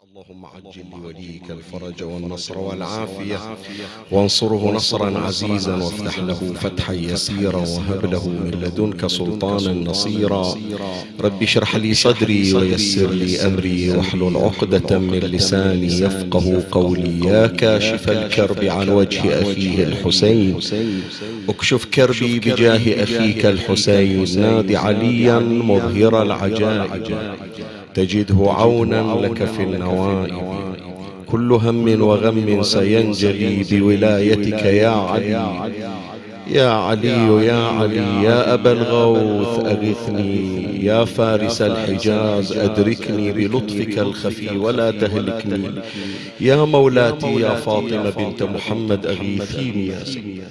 اللهم عجل لوليك الفرج والنصر والعافية، وانصره نصرا عزيزا، وافتح له فتحا يسيرا، وهب له من لدنك سلطانا نصيرا. رب اشرح لي صدري ويسر لي أمري، واحلل عقدة من لساني يفقه قولي. يا كاشف الكرب عن وجه أخيه الحسين، اكشف كربي بجاه أخيك الحسين. نادي عليا مظهر العجائب، تجده عونا لك في النوائب. كل هم وغم سينجلي بولايتك يا علي، يا علي يا علي. يا أبا الغوث أغثني، يا فارس الحجاز أدركني بلطفك الخفي ولا تهلكني. يا مولاتي يا فاطمة بنت محمد أغيثيني يا سيدي.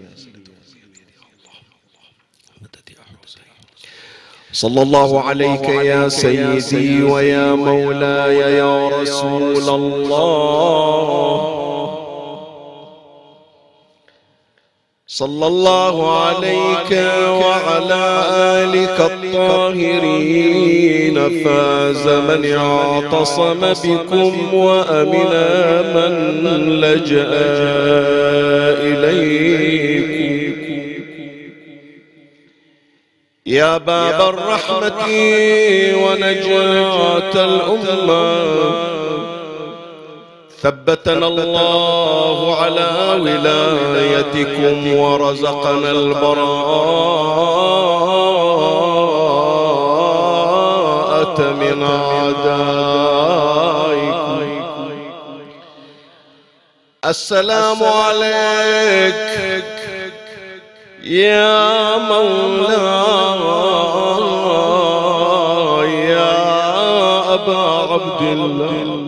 صلى الله عليك يا سيدي ويا مولاي يا رسول الله. صلى الله عليك وعلى آلك الطاهرين. فاز من اعتصم بكم وأمن من لجأ إليكم. يا باب الرحمة ونجاة الأمة، ثبتنا الله على ولايتكم ورزقنا البراءة من أعدائكم. السلام عليك يا مولاي يا أبا عبد الله.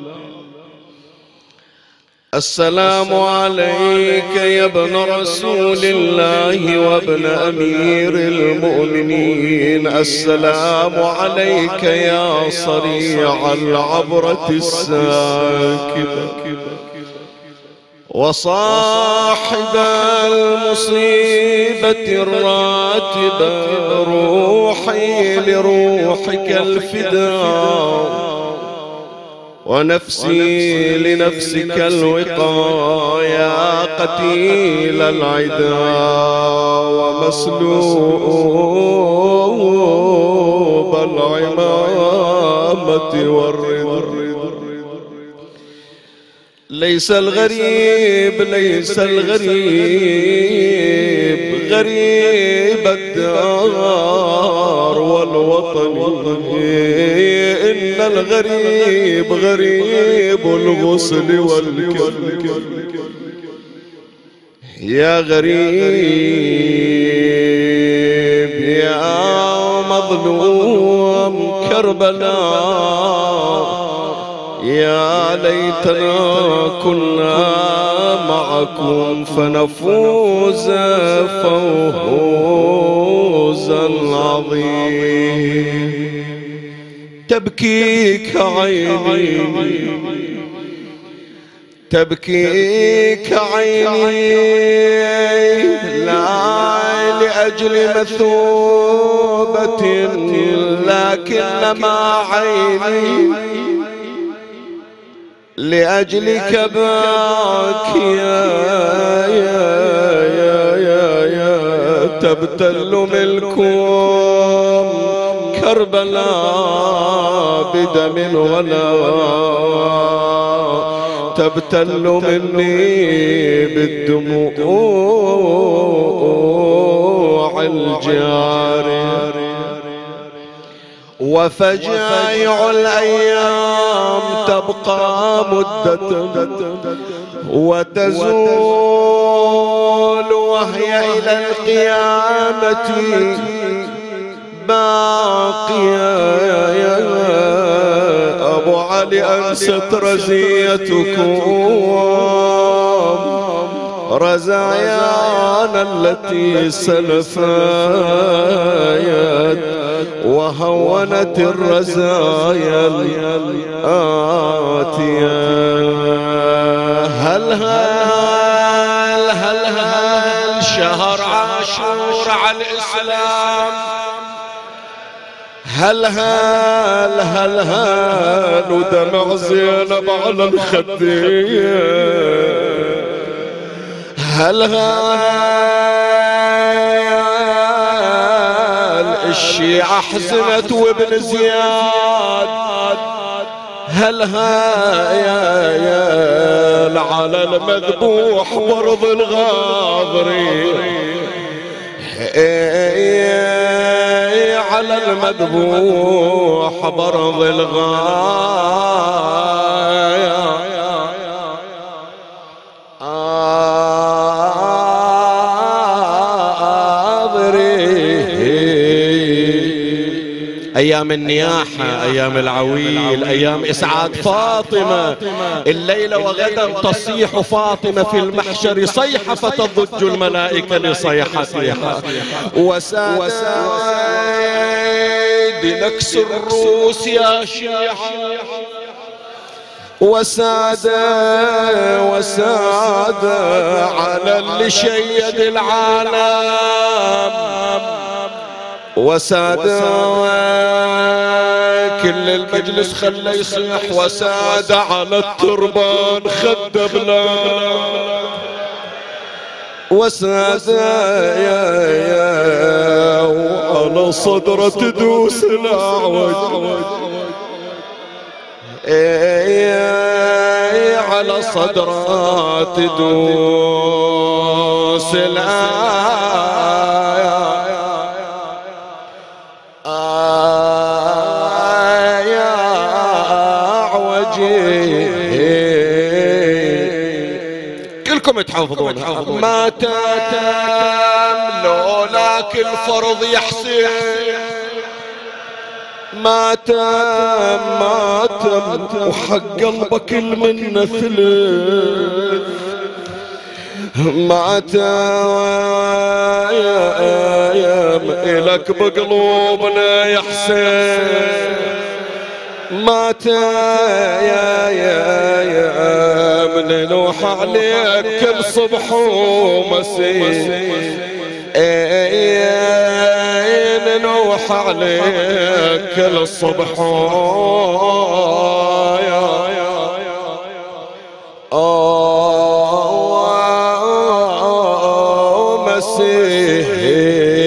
السلام عليك يا ابن رسول الله وابن أمير المؤمنين. السلام عليك يا صريع العبرة الساكبة وصاحب المصيبة الراتبة. روحي لروحك الفداء، ونفسي لنفسك الوقاية. قتيل العدا ومسلوب العمامة والرضا. ليس الغريب ليس الغريب غريب الدار والوطن، إن الغريب غريب الغسل والكفن. يا غريب يا مظلوم كربلاء، يا ليتنا كنا معكم فنفوز فوزا عظيما. تبكيك عيني تبكيك عيني، لا لأجل مثوبة لكنما عيني لأجلك باكيا. يا تبتل ملكم كربلاء بدم ولا تبتل مني بالدموع الجارية. وفجائع الأيام تبقى مدة وتزول، وهي إلى القيامة باقية. يا أبو علي أنست رزيتكم رزايانا التي سلفت، وهونت الرزايا الآتية. هل شهر عاشور على الإسلام، هل هل هل هل ودمع زينب على الخدين. هل هل الشيعة حزنت وابن زياد. هل هل على المذبوح برض الغاضرين. على المذبوح برض الغاضرين. أيام النياحة، أيام العويل، أيام إسعاد فاطمة. الليلة وغدا تصيح فاطمة في المحشر صيحة فتضج الملائكة لصيحتها. وساد نكس الروس يا شيعة. وساد على اللي شيد العالم. وساد كل المجلس خلى يصيح. وساد على التربان خد بلاد. وساد يا وعلى صدره تدوس الأعوج. على صدره تدوس الأعوج. كلكم تحفظونها. ما تم لولاك الفرض يا حسين. ما تم وحق قلبك المنة ثلث. ما تم إلك بقلوبنا يا حسين. ما من نوح عليك كل صبح ومساء. نوح عليك كل صبح ومساء.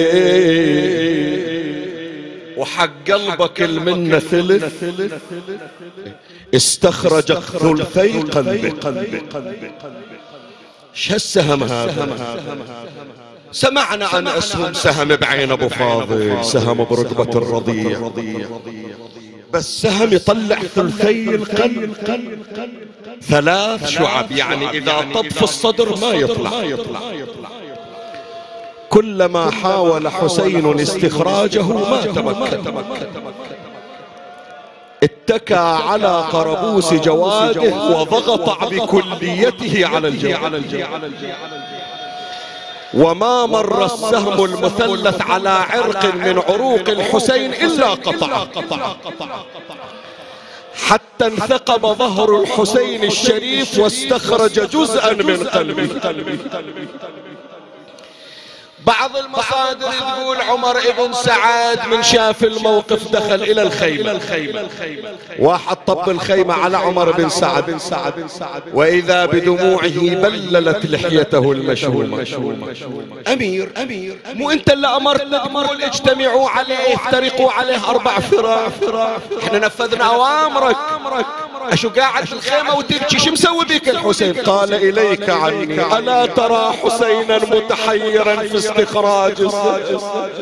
وحق قلبك المنة ثلث. استخرجك ثلثي قلبك. شو السهم هذا؟ سمعنا عن اسهم سهم بعين ابو فاضل، سهم بركبة الرضيع، بس سهم يطلع ثلثي القلب. 3 شعب، يعني اذا طب في الصدر ما يطلع. كلما حاول حسين استخراجه ما تمكن. اتكى على قربوس جواده وضغط بكليته على الجواد. وما مر السهم المثلث على عرق من عروق الحسين إلا قطعه، حتى انثقب ظهر الحسين الشريف واستخرج جزءا من قلبه. بعض المصادر تقول عمر ابن سعد من شاف الموقف دخل إلى الخيمة. واحد طب الخيمة على عمر بن سعد، وإذا بدموعه بللت لحيته المشهومة. أمير مو أنت اللي أمرتنا تقول اجتمعوا عليه افترقوا عليه 4 فراق؟ احنا نفذنا أوامرك. أشو قاعد في الخيمة وتبكي؟ شو مسوي بك الحسين؟ قال إليك عني، ألا ترى حسينا متحيرا في استخراج السجن.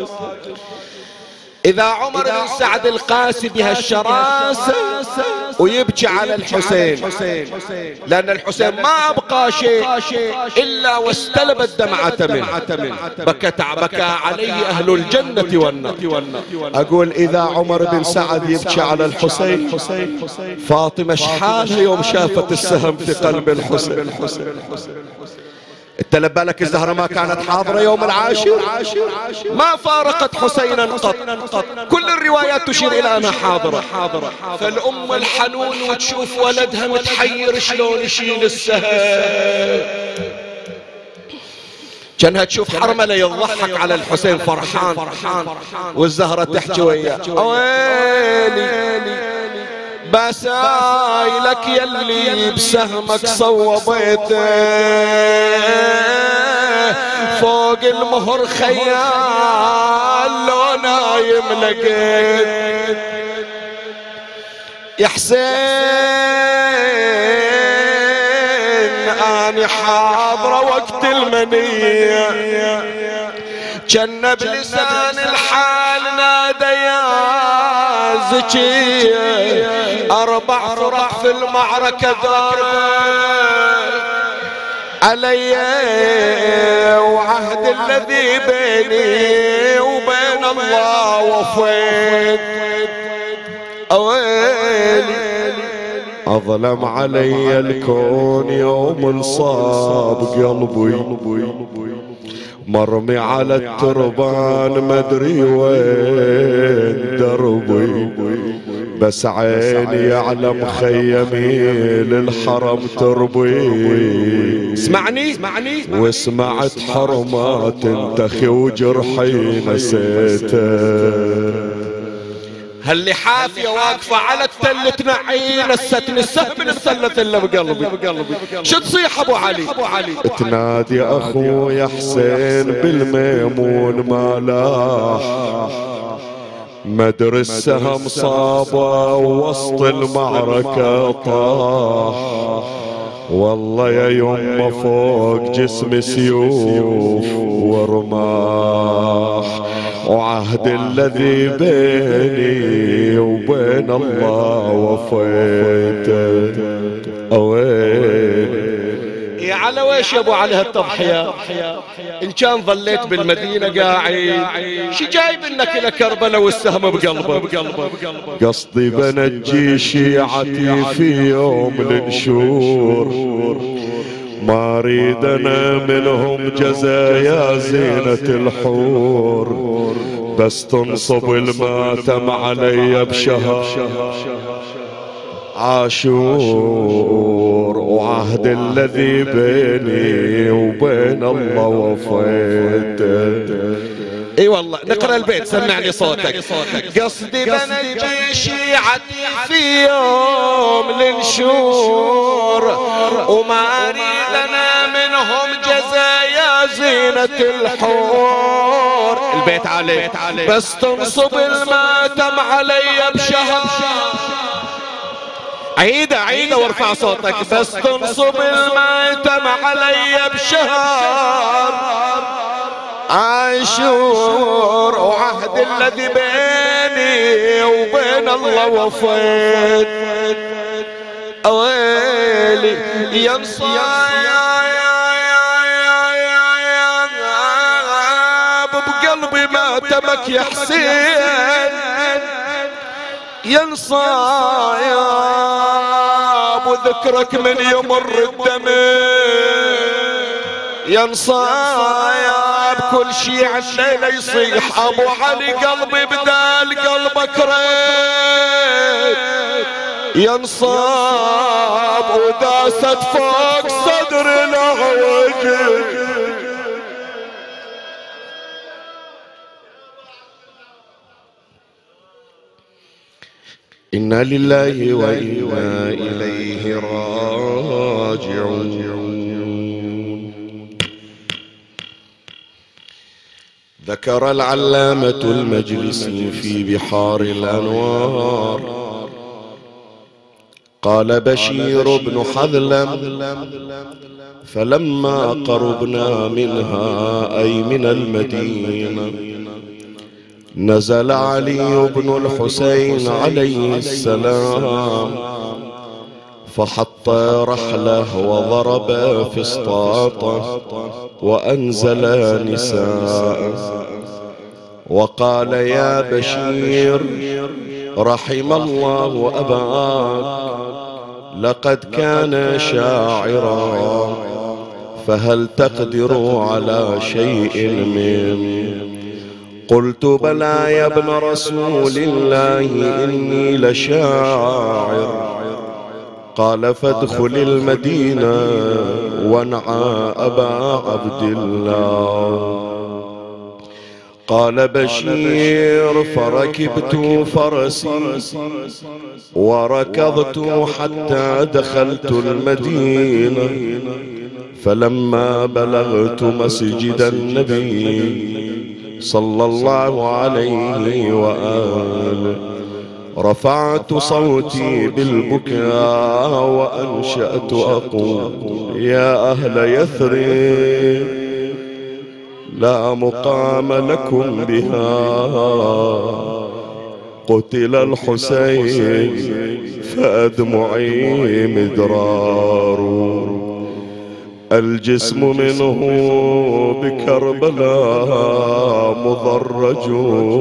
إذا عمر بن سعد القاسي بهالشراسة ويبكي على الحسين، لأن الحسين ما أبقى شيء إلا واستلبت دمعة منه، بكى عليه أهل الجنة والنار. أقول إذا عمر بن سعد يبكي على الحسين، فاطمة شحالها يوم شافت السهم في قلب الحسين؟ انت لبالك الزهرة ما كانت حاضرة يوم العاشر؟ ما فارقت حسينا قط. كل الروايات تشير الى انها حاضرة. فالام الحنون وتشوف ولدها متحير شلون يشيل السهم، كانها تشوف حرملة يضحك على الحسين فرحان والزهرة تحكي وياه ويلي بسايلك يلي بسهمك صوبيته فوق المهر خيال لو نايم لقيت يا حسين اني حاضرة وقت المنية جنة بلسان الحال نادى يا زكية 4 فرح في المعركة دارت علي وعهد الذي بيني وبين الله وفيت أويلي أظلم علي الكون يوم صاب قلبي مرمي على التربان مدري وين دربي بس عيني يعلم خيمي للحرم تربي اسمعني وسمعت حرمات تنتخي وجرحي نسيته هاللي حافية واقفة على التل تنعي نستني السهم من السلة اللي بقلبي شو تصيح ابو علي تنادي اخويا حسين بالميمون ما لاح مدر السهم صابه ووسط المعركة طاح والله يا يمه فوق جسم سيوف ورماح وعهد الذي بيني وبين الله وفيته أويلي يا على ويش يا ابو علي هالتضحية ان كان ظليت بالمدينة قاعد شي جايب انك الى كربلاء والسهم بقلبك قصدي بنجي شيعتي في يوم النشور ما اريد انا منهم جزايا زينة الحور بس تنصب الماتم علي بشهر عاشور وعهد الذي بيني وبين الله وفيته اي والله نقرأ البيت سمعني صوتك قصدي بنجي شيعتي في يوم النشور وما اريد انا منهم جزايا زينة الحور البيت عليه بس تنصب الماتم علي بشهر عيدة وارفع صوتك بس تنصب الماتم علي بشهر عاشور وعهد الذي بيني وبين الله وفيت أويلي ينصى بقلبي ماتمك يا حسين ينصايب وذكرك من يمر الدم ينصايب كل شي عالليلة يصيح ابو علي قلبي بدال قلبك ريت ينصاب وداست فوق صدر العوج إنا لله وإنا إليه راجعون. ذكر العلامة المجلسي في بحار الأنوار قال بشير بن حذلم فلما قربنا منها أي من المدينة نزل علي بن الحسين عليه السلام فحط رحله وضرب فسطاطه وأنزل نساءه وقال يا بشير رحم الله أباك لقد كان شاعرا فهل تقدر على شيء منه؟ قلت بلى يا ابن رسول الله إني لشاعر قال فادخل المدينة وانعى أبا عبد الله. قال بشير فركبت فرسي وركضت حتى دخلت المدينة، فلما بلغت مسجد النبي صلى الله عليه وآله رفعت صوتي بالبكاء وأنشأت أقول: يا أهل يثرب لا مقام لكم بها، قتل الحسين فأدمعي مدرار، الجسم منه بكربلاء مضرج،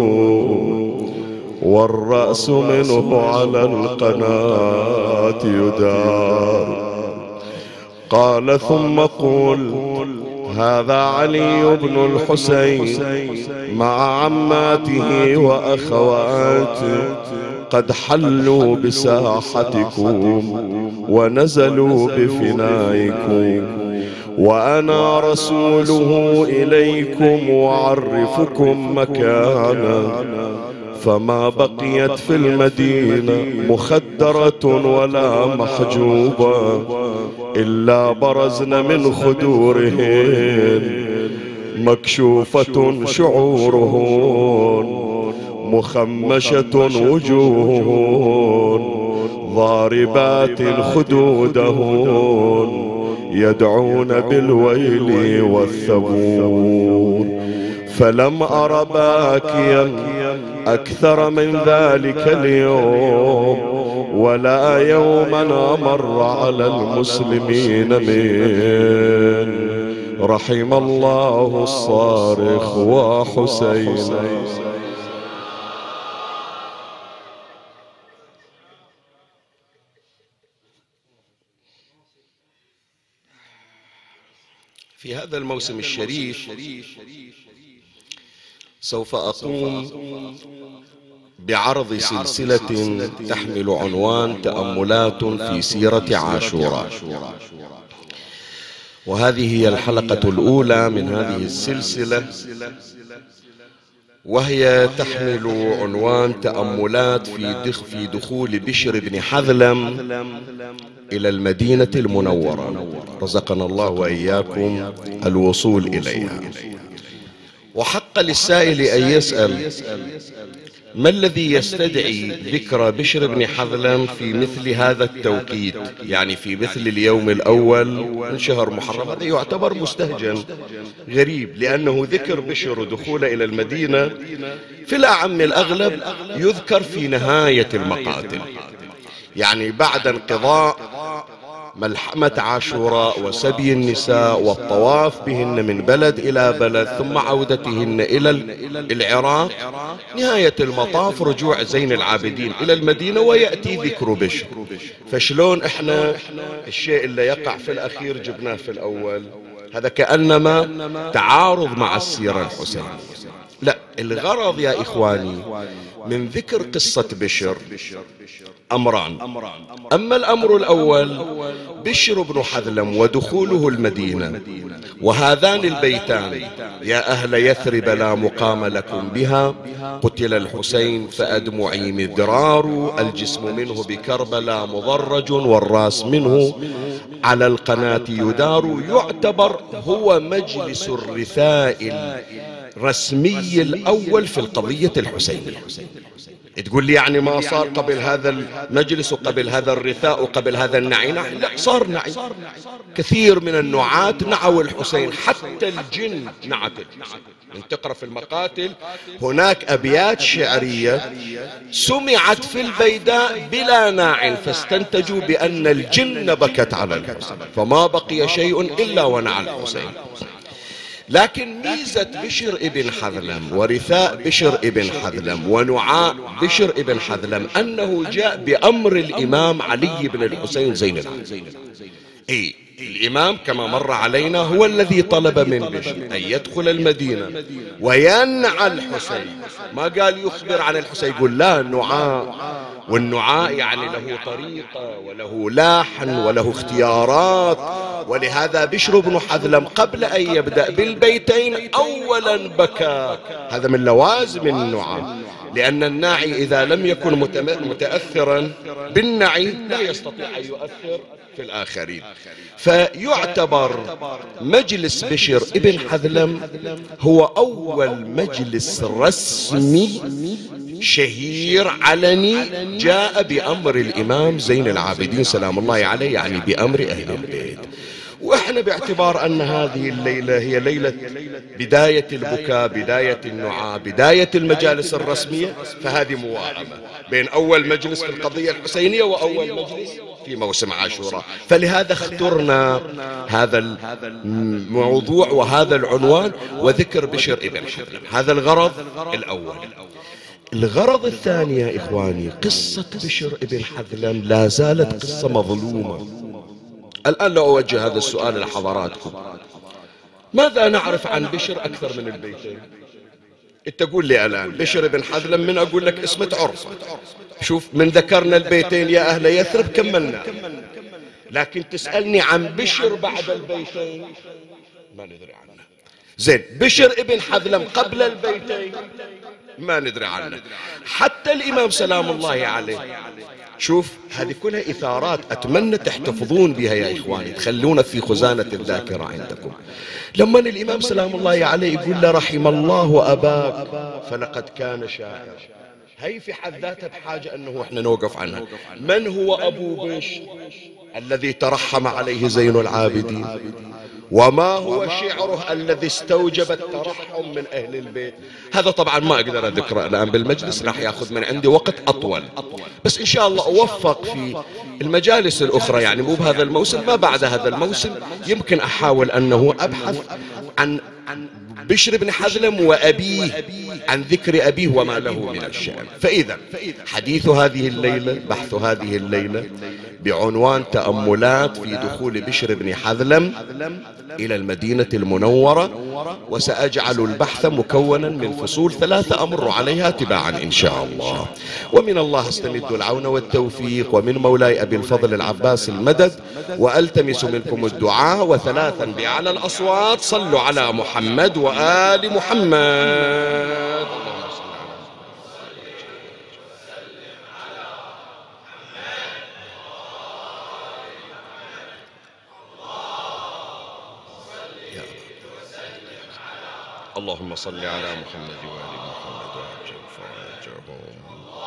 والرأس منه على القناة يدار. قال ثم قل: هذا علي بن الحسين مع عماته وأخواته قد حلوا بساحتكم ونزلوا بفنائكم، وأنا رسوله إليكم وأعرفكم مكانا، فما بقيت في المدينة مخدرة ولا محجوبة إلا برزن من خدورهن مكشوفة شعورهن، مخمشة وجوههن، ضاربات خدودهن، يدعون بالويل والثبور. فلم أر باكيا أكثر من ذلك اليوم، ولا يوما مر على المسلمين من رحم الله الصارخ وحسين. في هذا الموسم الشريف سوف أقوم بعرض سلسلة تحمل عنوان تأملات في سيرة عاشوراء، وهذه هي الحلقة الأولى من هذه السلسلة، وهي تحمل عنوان تأملات في دخول بشر بن حذلم إلى المدينة المنورة، رزقنا الله وإياكم الوصول إليها. وحق للسائل أن يسأل: ما الذي يستدعي ذكر بشر بن حذلم في مثل هذا التوقيت، يعني في مثل اليوم الأول من شهر محرم؟ هذا يعتبر مستهجن غريب، لأنه ذكر بشر دخول إلى المدينة في الأعم الأغلب يذكر في نهاية المقاتل، يعني بعد انقضاء ملحمة عاشوراء وسبي النساء والطواف بهن من بلد إلى بلد ثم عودتهن إلى العراق، نهاية المطاف رجوع زين العابدين إلى المدينة ويأتي ذكر بشر. فشلون احنا الشيء اللي يقع في الأخير جبناه في الأول؟ هذا كأنما تعارض مع السيرة الحسينية. لا، الغرض يا إخواني من ذكر قصة بشر أمران. أما الأمر الأول بشر بن حذلم ودخوله المدينة، وهذان البيتان: يا أهل يثرب لا مقام لكم بها، قتل الحسين فأدمعي مدرار، الجسم منه بكربلاء مضرج، والراس منه على القناة يدار، يعتبر هو مجلس الرثاء الرسمي الأول في القضية الحسينية. تقول لي يعني ما صار قبل هذا المجلس وقبل هذا الرثاء وقبل هذا النعي؟ لا، صار نعي. كثير من النعاة نعوا الحسين، حتى الجن نعته. من تقرأ في المقاتل هناك أبيات شعرية سمعت في البيداء بلا ناع، فاستنتجوا بأن الجن بكت على الحسين، فما بقي شيء إلا ونعى الحسين. لكن ميزة بشر ابن حذلم ورثاء بشر ابن حذلم ونعاء بشر ابن حذلم أنه جاء بأمر الإمام علي بن الحسين زين العابدين. الإمام كما مر علينا هو الذي طلب من بشر أن يدخل المدينة وينعى الحسين، ما قال يخبر عن الحسين، يقول لا، نعاء والنعاء يعني له طريقة وله لاحن وله اختيارات. ولهذا بشر بن حذلم قبل أن يبدأ بالبيتين أولا بكى. هذا من لوازم النعاء، لأن الناعي إذا لم يكن متأثرا بالنعي لا يستطيع أن يؤثر في الآخرين. فيعتبر مجلس بشر ابن حذلم هو أول مجلس رسمي شهير علني جاء بأمر الإمام زين العابدين سلام الله عليه، يعني بأمر أهل البيت. وإحنا باعتبار أن هذه الليلة هي ليلة بداية البكاء، بداية النعاء، بداية المجالس الرسمية، فهذه موائمة بين أول مجلس في القضية الحسينية وأول مجلس في موسم عاشوراء. فلهذا اخترنا هذا الموضوع وهذا العنوان وذكر بشر ابن حذلم. هذا الغرض الأول. الغرض الثاني يا إخواني، قصة بشر ابن حذلم لا زالت قصة مظلومة. الآن لو أوجه هذا السؤال لحضراتكم، ماذا نعرف عن بشر أكثر من البيتين؟ انت قول لي الآن بشر بن حذلم، من أقول لك اسمه عرفة. شوف، من ذكرنا البيتين يا أهل يثرب كملنا، لكن تسألني عن بشر بعد البيتين ما ندري عنه. زين، بشر ابن حذلم قبل البيتين ما ندري عنه. حتى الإمام سلام الله عليه، شوف هذه كلها إثارات أتمنى تحتفظون بها يا إخواني، تخلونا في خزانة الذاكرة عندكم. لما الإمام سلام الله عليه يقول له رحم الله أباك فلقد كان شاعر، هي في حد ذاتها بحاجة أنه إحنا نوقف عنها. من هو أبو بشر الذي ترحم عليه زين العابدين؟ وما هو شعره الذي استوجب الترحم من أهل البيت؟ هذا طبعا ما أقدر أذكره الآن بالمجلس، راح يأخذ من عندي وقت أطول، بس إن شاء الله أوفق في المجالس الأخرى، يعني مو بهذا الموسم، ما بعد هذا الموسم يمكن أحاول أنه أبحث عن بشر بن حذلم وأبيه، عن ذكر أبيه وما له من الشأن. فإذا حديث هذه الليلة، بحث هذه الليلة بعنوان تأملات في دخول بشر بن حذلم إلى المدينة المنورة، وسأجعل البحث مكونا من فصول 3 أمر عليها تباعا إن شاء الله. ومن الله استمد العون والتوفيق، ومن مولاي أبي الفضل العباس المدد، وألتمس منكم الدعاء. وثلاثا بأعلى الأصوات صلوا على محمد وآل محمد. اللهم صل على محمد وآل محمد وعجل فرجهم.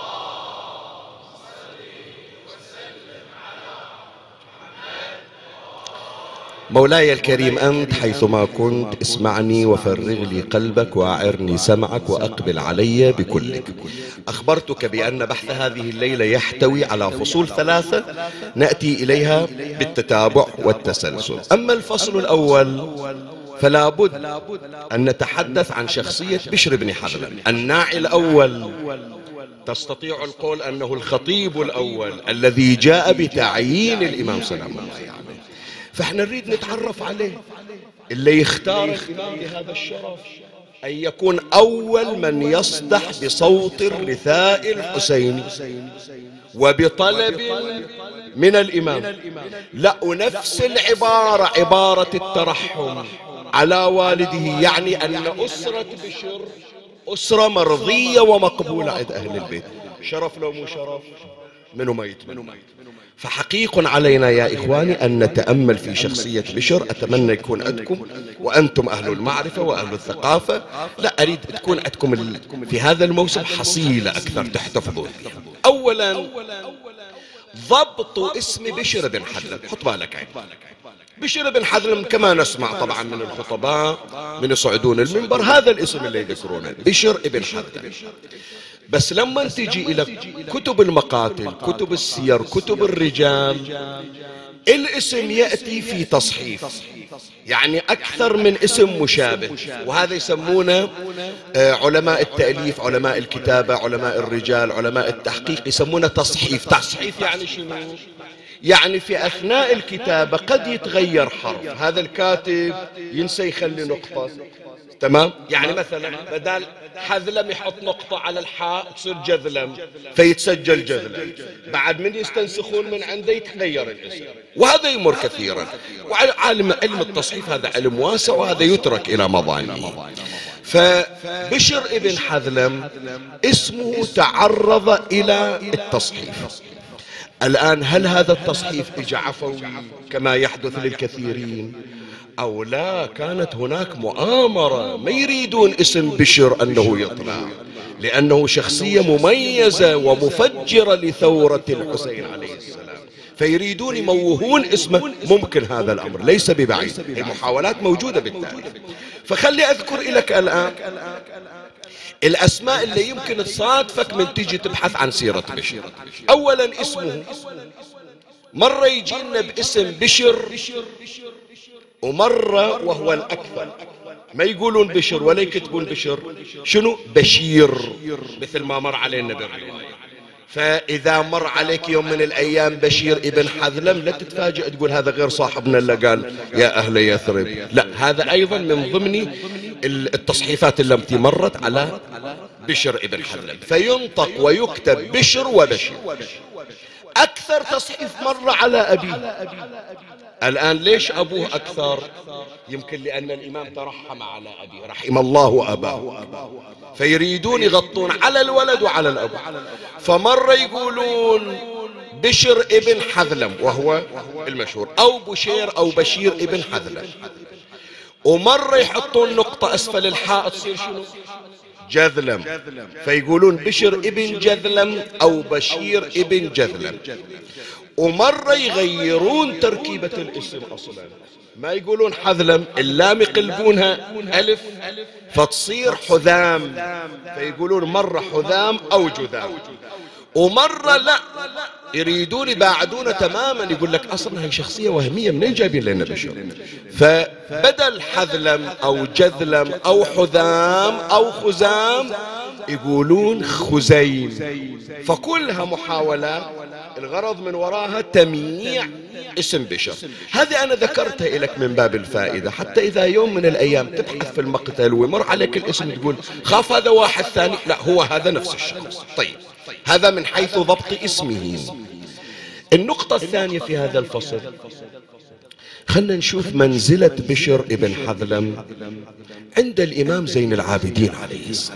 مولاي الكريم، أنت حيثما كنت اسمعني وفرغ لي قلبك وأعرني سمعك وأقبل علي بكلك. أخبرتك بأن بحث هذه الليلة يحتوي على فصول 3 نأتي إليها بالتتابع والتسلسل. أما الفصل الأول فلا بد أن نتحدث عن شخصية بشر بن حذلم، الناعي الأول، تستطيع القول أنه الخطيب الأول الذي جاء بتعيين الإمام سلام الله عليه. فاحنا نريد نتعرف عليه. اللي يختار الإمام بهذا الشرف أن يكون أول من يصدح بصوت الرثاء الحسيني وبطلب من الإمام. لا، ونفس العبارة، عبارة الترحم على والده، يعني أن أسرة بشر أسرة مرضية ومقبولة عند أهل البيت. شرف لو مو شرف منو ما يتمنى. فحقيق علينا يا إخواني أن نتأمل في شخصية بشر. أتمنى يكون عندكم وأنتم أهل المعرفة وأهل الثقافة، لا أريد تكون عندكم في هذا الموسم حصيلة أكثر تحتفظون. أولا ضبط اسم بشر بن حذلم. حط بالك عين، بشر بن حذلم كما نسمع طبعا من الخطباء من يصعدون المنبر هذا الاسم اللي يذكرونه بشر بن حذلم. بس لما تجي إلى كتب المقاتل، كتب السير، كتب الرجال، الاسم يأتي في تصحيف، يعني أكثر من اسم مشابه، وهذا يسمونه علماء التأليف، علماء الكتابة، علماء الرجال، علماء التحقيق يسمونه تصحيف. تصحيف يعني شنو؟ يعني في أثناء الكتابة قد يتغير حرف، هذا الكاتب ينسى يخلي نقطة، تمام؟ يعني مثلا بدل حذلم يحط نقطة على الحاء تصير جذلم، فيتسجل جذلم، بعد من يستنسخون من عنده يتغير الاسم، وهذا يمر كثيرا. وعلم علم التصحيف هذا علم واسع، وهذا يترك إلى مظانه. فبشر ابن حذلم اسمه تعرض إلى التصحيف. الآن هل هذا التصحيف اجى عفوي كما يحدث للكثيرين أو لا؟ كانت هناك مؤامرة، ما يريدون اسم بشر أنه يطلع، لأنه شخصية مميزة ومفجرة لثورة الحسين عليه السلام، فيريدون يموهون اسمه. ممكن هذا الأمر ليس ببعيد، المحاولات موجودة بالتالي. فخلي أذكر لك الآن الأسماء اللي يمكن تصادفك من تيجي تبحث عن سيرة بشر. أولا اسمه مرة يجينا باسم بشر، ومرة وهو الأكثر ما يقولون بشر ولا يكتبون بشر، شنو؟ بشير، مثل ما مر علينا بالرواية. فإذا مر عليك يوم من الأيام بشير ابن حذلم لا تتفاجئ تقول هذا غير صاحبنا اللي قال يا أهل يثرب، لا، هذا أيضا من ضمن التصحيفات التي مرت على بشر ابن حذلم، فينطق ويكتب بشر وبشير. أكثر تصحيف مر على أبيه. الآن ليش أبوه أكثر؟ يمكن لأن الإمام ترحم على أبيه، رحم الله أباه، فيريدون يغطون على الولد وعلى الأب. فمرة يقولون بشر ابن حذلم وهو المشهور، أو بشير أو بشير ابن حذلم، ومرة يحطون نقطة أسفل الحاء تصير شنو؟ جذلم، فيقولون بشر ابن جذلم أو بشير ابن جذلم. ومرة يغيرون تركيبة الاسم أصلا، ما يقولون حذلم، اللام يقلبونها ألف فتصير حذام، فيقولون مرة حذام أو جذام. ومرة لا، يريدون يباعدون تماما، يقول لك أصلا هي شخصية وهمية، منين جايبين لنا بشر؟ فبدل حذلم أو جذلم أو حذام أو خزام يقولون خزيم. فكلها محاولات الغرض من وراها تمييع اسم بشر. هذه أنا ذكرتها لك من باب الفائدة، حتى إذا يوم من الأيام تبحث في المقتل ويمر عليك الاسم تقول خاف هذا واحد ثاني، لا، هو هذا نفس الشخص. طيب، هذا من حيث ضبط اسمه. النقطة الثانية في هذا الفصل، خلنا نشوف منزلة بشر ابن حذلم عند الإمام زين العابدين عليه السلام.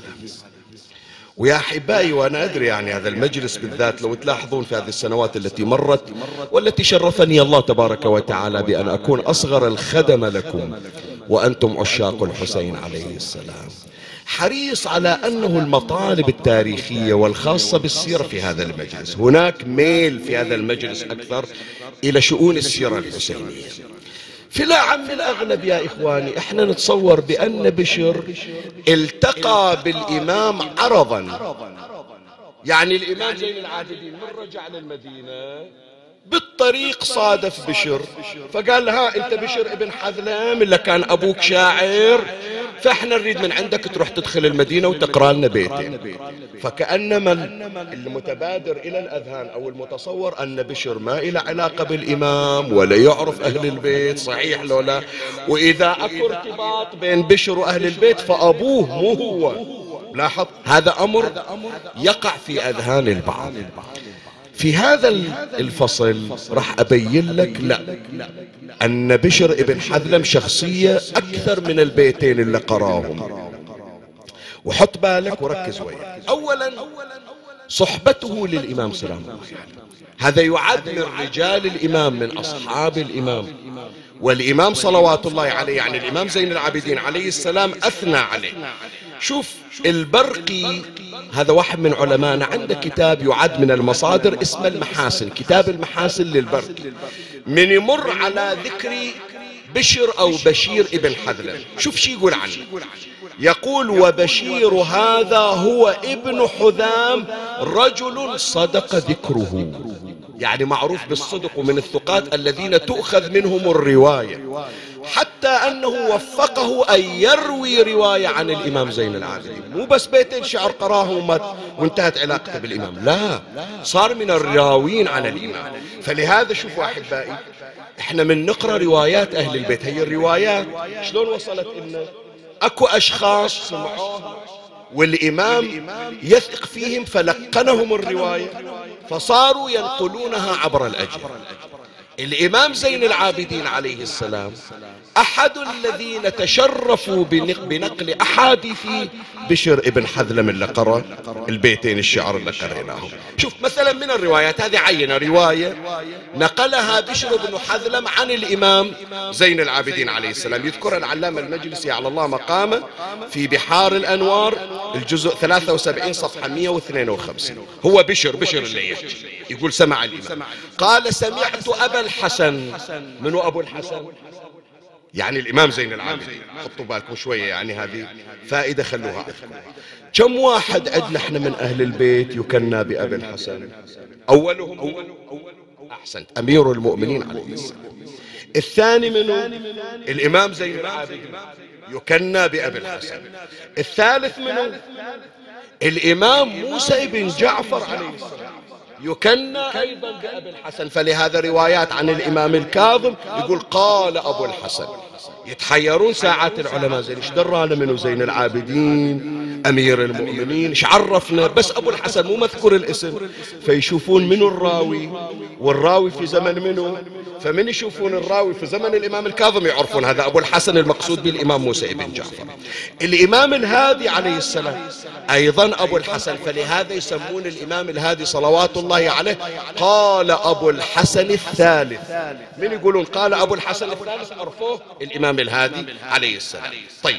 ويا أحبائي، وأنا أدري يعني هذا المجلس بالذات لو تلاحظون في هذه السنوات التي مرت والتي شرفني الله تبارك وتعالى بأن أكون أصغر الخدم لكم وأنتم عشاق الحسين عليه السلام، حريص على أنه المطالب التاريخية والخاصة بالسيرة في هذا المجلس، هناك ميل في هذا المجلس أكثر إلى شؤون السيرة الحسينية. في العام الأغلب يا إخواني احنا نتصور بأن بشر التقى بالإمام عرضا، يعني الإمام زين العابدين من رجع للمدينة بالطريق صادف بشر، فقال ها انت بشر ابن حذلم اللي كان ابوك شاعر، فاحنا نريد من عندك تروح تدخل المدينة وتقرأ لنا بيتين. فكأنما المتبادر الى الاذهان او المتصور ان بشر ما له علاقة بالامام ولا يعرف اهل البيت، صحيح لو لا؟ واذا اكو ارتباط بين بشر واهل البيت فابوه مو هو. لاحظ، هذا امر يقع في اذهان البعض. في هذا الفصل راح أبين لك لا، أن بشر ابن حذلم شخصية أكثر من البيتين اللي قراهم. وحط بالك وركز وياك. أولا صحبته للإمام سلام الله عليه، هذا يعد من رجال الإمام، من أصحاب الإمام، والإمام صلوات الله عليه يعني الإمام زين العابدين عليه السلام أثنى عليه. شوف البرقي، هذا واحد من علمائنا، عنده كتاب يعد من المصادر اسمه المحاسن، كتاب المحاسن للبرقي، من يمر على ذكر بشر أو بشير ابن حذلم شوف شي يقول عنه. يقول وبشير هذا هو ابن حذام رجل صدق ذكره، يعني معروف بالصدق ومن الثقات الذين تؤخذ منهم الرواية. حتى أنه وفقه أن يروي رواية عن الإمام زين العابدين، مو بس بيتين شعر قراه وانتهت علاقته بالإمام، لا، صار من الراوين عن الإمام. فلهذا شوفوا أحبائي، احنا من نقرأ روايات أهل البيت، هي الروايات شلون وصلت لنا؟ أكو أشخاص سمعوها والإمام يثق فيهم فلقنهم الرواية فصاروا ينقلونها عبر الأجيال. الإمام زين العابدين عليه السلام أحد الذين تشرفوا بنقل أحاديث بشر ابن حذلم اللي قرأ البيتين الشعر اللي قرأناهم. شوف مثلا من الروايات هذه، عينة رواية نقلها بشر بن حذلم عن الإمام زين العابدين عليه السلام، يذكر العلامة المجلسي على الله مقامه في بحار الأنوار الجزء 73 صفحة 152. هو بشر اللي يحكي يقول سمع الإمام قال سمعت أبا الحسن. منو أبو الحسن؟ يعني الإمام زين العابدين. حطوا بالكم شوية، يعني هذه فائدة خلوها أذكر. كم واحد عندنا احنا من أهل البيت يكنى بأبي الحسن؟ أولهم أحسنت أمير المؤمنين عليه السلام. الثاني منه الإمام زين العابدين يكنى بأبي الحسن. الثالث منه الإمام موسى بن جعفر عليه السلام يكنى أيضا بأبي الحسن. فلهذا روايات عن الإمام الكاظم يقول قال أبو الحسن. يتحيرون ساعات العلماء، زين ايش درانا منه زين العابدين أمير المؤمنين، ايش عرفنا؟ بس أبو الحسن مو مذكور الاسم. فيشوفون منو الراوي، والراوي في زمن منو، فمن يشوفون الراوي في زمن الإمام الكاظم يعرفون هذا أبو الحسن المقصود بالإمام موسى بن جعفر. الإمام الهادي عليه السلام أيضا أبو الحسن، فلهذا يسمون الإمام الهادي صلوات الله عليه قال أبو الحسن الثالث. من يقولون قال أبو الحسن الثالث عرفوه الإمام الهادي عليه السلام. طيب،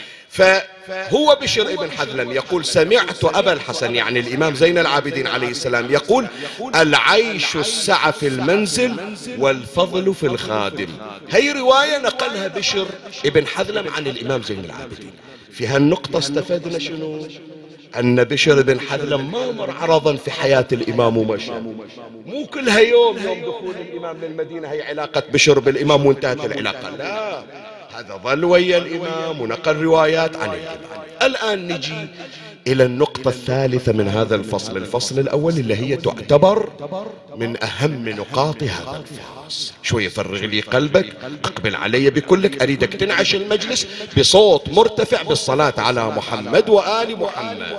فهو بشر ابن حذلم يقول سمعت أبا الحسن يعني الإمام زين العابدين عليه السلام يقول العيش السعة في المنزل والفضل في الخادم. هي رواية نقلها بشر ابن حذلم عن الإمام زين العابدين. في هالنقطة استفدنا شنو؟ أن بشر بن حذلم ما مر عرضا في حياة الإمام ومشى، مو كلها يوم دخول الإمام للمدينة هي علاقة بشر بالإمام وانتهت العلاقة، لا، هذا ظل ويا الإمام ونقل روايات عن الإمام. الآن نجي إلى النقطة الثالثة من هذا الفصل. الفصل الأول اللي هي تعتبر من أهم نقاط هذا الفصل. شوية فرغ لي قلبك، أقبل علي بكلك، أريدك تنعش المجلس بصوت مرتفع بالصلاة على محمد وآل محمد.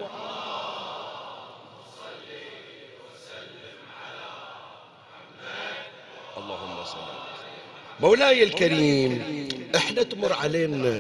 اللهم صل مولاي الكريم. احنا تمر علينا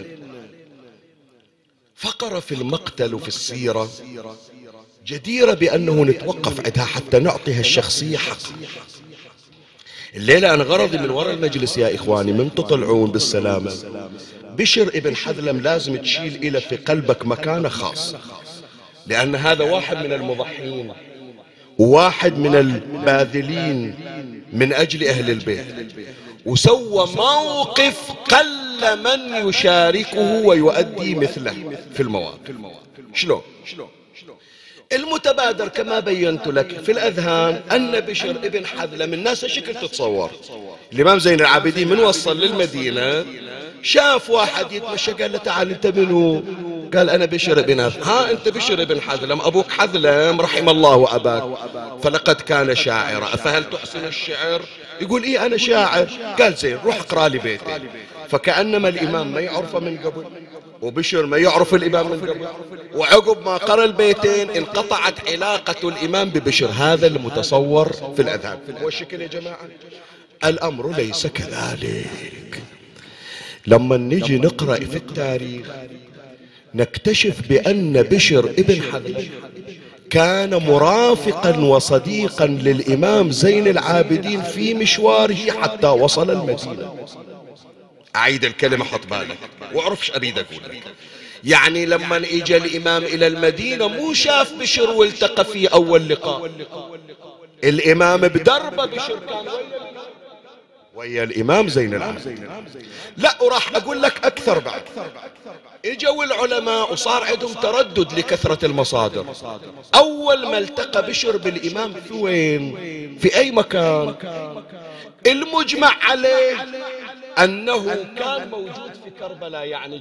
فقرة في المقتل وفي السيرة جديرة بأنه نتوقف عندها حتى نعطيها الشخصية حقها. الليلة أنا غرضي من وراء المجلس يا إخواني من تطلعون بالسلامة، بشر ابن حذلم لازم تشيل إلى في قلبك مكانة خاصة، لأن هذا واحد من المضحين وواحد من الباذلين من أجل أهل البيت، وسوى موقف قل من يشاركه ويؤدي مثله في المواقف. شلون؟ المتبادر كما بينت لك في الأذهان أن بشر ابن حذلم الناس شكل تتصور الإمام زين العابدين من وصل للمدينة شاف واحد يتمشى قال له تعال أنت منو؟ قال أنا بشر ابن ها أنت بشر ابن حذلم أبوك حذلم رحم الله أباك فلقد كان شاعرا أفهل تحسن الشعر؟ يقول إيه أنا شاعر. قال زين روح اقرأ لي بيتين. فكأنما الإمام ما يعرفه من قبل وبشر ما يعرف الإمام من قبل، وعقب ما قرأ البيتين انقطعت علاقة الإمام ببشر. هذا المتصور في الأذهان. هو الشكل يا جماعة؟ الأمر ليس كذلك. لما نجي نقرأ في التاريخ نكتشف بأن بشر ابن حذلم كان مرافقا وصديقا للإمام زين العابدين في مشواره حتى وصل المدينة. أعيد الكلمة حط بالك واعرف ايش أريد أقول لك. يعني لما اجى الإمام إلى المدينة مو شاف بشر والتقى في أول لقاء، الإمام بدربه بشر كان ويا الإمام زين العابدين. لا وراح أقول لك أكثر بعد، اجوا العلماء وصار عندهم تردد لكثرة المصادر. أول ما التقى بشر بالإمام في وين؟ في أي مكان؟ المجمع عليه أنه كان موجود في كربلاء. يعني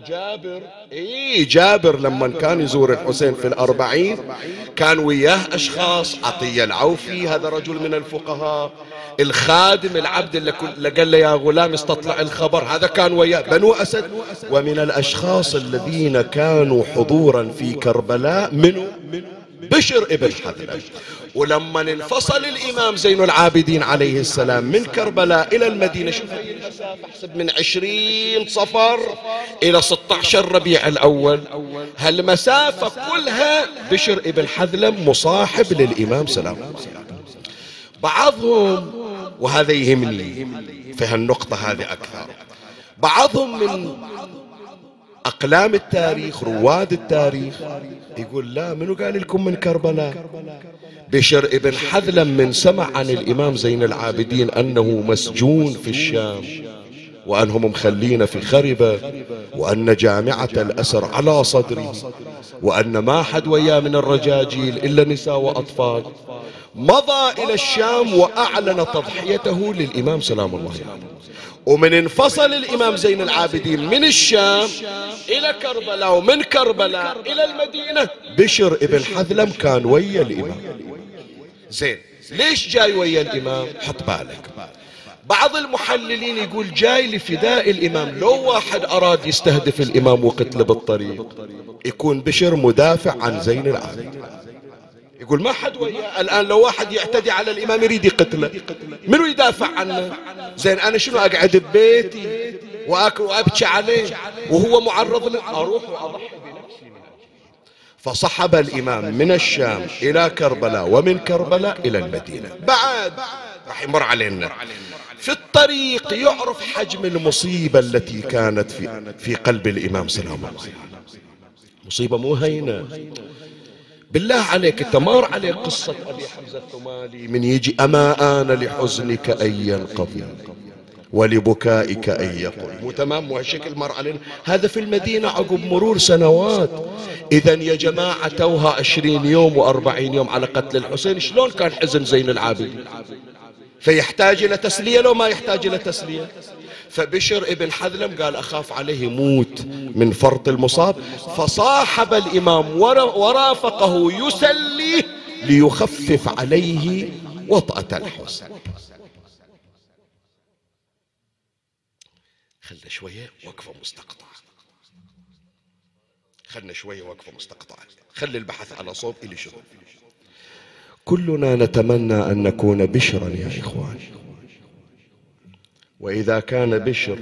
جابر لما كان يزور الحسين في ال40 كان وياه أشخاص، عطية العوفي هذا رجل من الفقهاء، الخادم العبد اللي قال له يا غلام استطلع الخبر هذا كان وياه، بنو أسد. ومن الأشخاص الذين كانوا حضورا في كربلاء منه بشر ابن حذلم. ولما انفصل الإمام زين العابدين عليه السلام من كربلاء إلى المدينة، شوف هي المسافة، احسب من 20 صفر إلى 16 ربيع الأول، هالمسافة كلها بشر ابن حذلم مصاحب للإمام سلام الله. بعضهم، وهذا يهمني في هالنقطة هذه أكثر، بعضهم من أقلام التاريخ رواد التاريخ يقول لا، منو قال لكم من كربلاء؟ بشر ابن حذلم من سمع عن الإمام زين العابدين أنه مسجون في الشام، وأنهم مخلين في خربة، وأن جامعة الأسر على صدره، وأن ما حد وياه من الرجاجيل إلا نساء وأطفال، مضى إلى الشام وأعلن تضحيته للإمام سلام الله عليه. ومن انفصل الإمام زين العابدين من الشام إلى كربلاء، ومن كربلاء إلى المدينة، بشر ابن حذلم كان ويا الإمام. زين، ليش جاي ويا الإمام؟ حط بالك، بعض المحللين يقول جاي لفداء الإمام. لو واحد أراد يستهدف الإمام وقتله بالطريق، يكون بشر مدافع عن زين العابدين، يقول ما حد وياه. الآن لو واحد يعتدي على الإمام يريد يقتله، منو يدافع عنه؟ زين أنا شنو أقعد ببيتي وأكل وأبكي عليه وهو معرض أروح وأضحي بنفسي من أجله. فصحب الإمام من الشام إلى كربلاء، ومن كربلاء إلى المدينة. بعد راح يمر علينا في الطريق يعرف حجم المصيبة التي كانت في قلب الإمام سلام الله. مصيبة مو هينة. بالله عليك انت مر عليك قصة أبي حمزة الثمالي من يجي أما آن لحزنك أن ينقضي ولبكائك أن يقل، مو تمام؟ مو هالشكل مر علينا. هذا في المدينة عقب مرور سنوات. إذا يا جماعة توها 20 يوم و40 يوم على قتل الحسين، شلون كان حزن زين العابدين؟ فيحتاج إلى تسلية لو ما يحتاج إلى تسلية. فبشر ابن حذلم قال أخاف عليه يموت من فرط المصاب، فصاحب الإمام ورافقه يسليه ليخفف عليه وطأة الحزن. خلنا شوية وقفة مستقطعة، خلي البحث على صوب إلي شغل. كلنا نتمنى أن نكون بشرا يا إخوان، وإذا كان بشر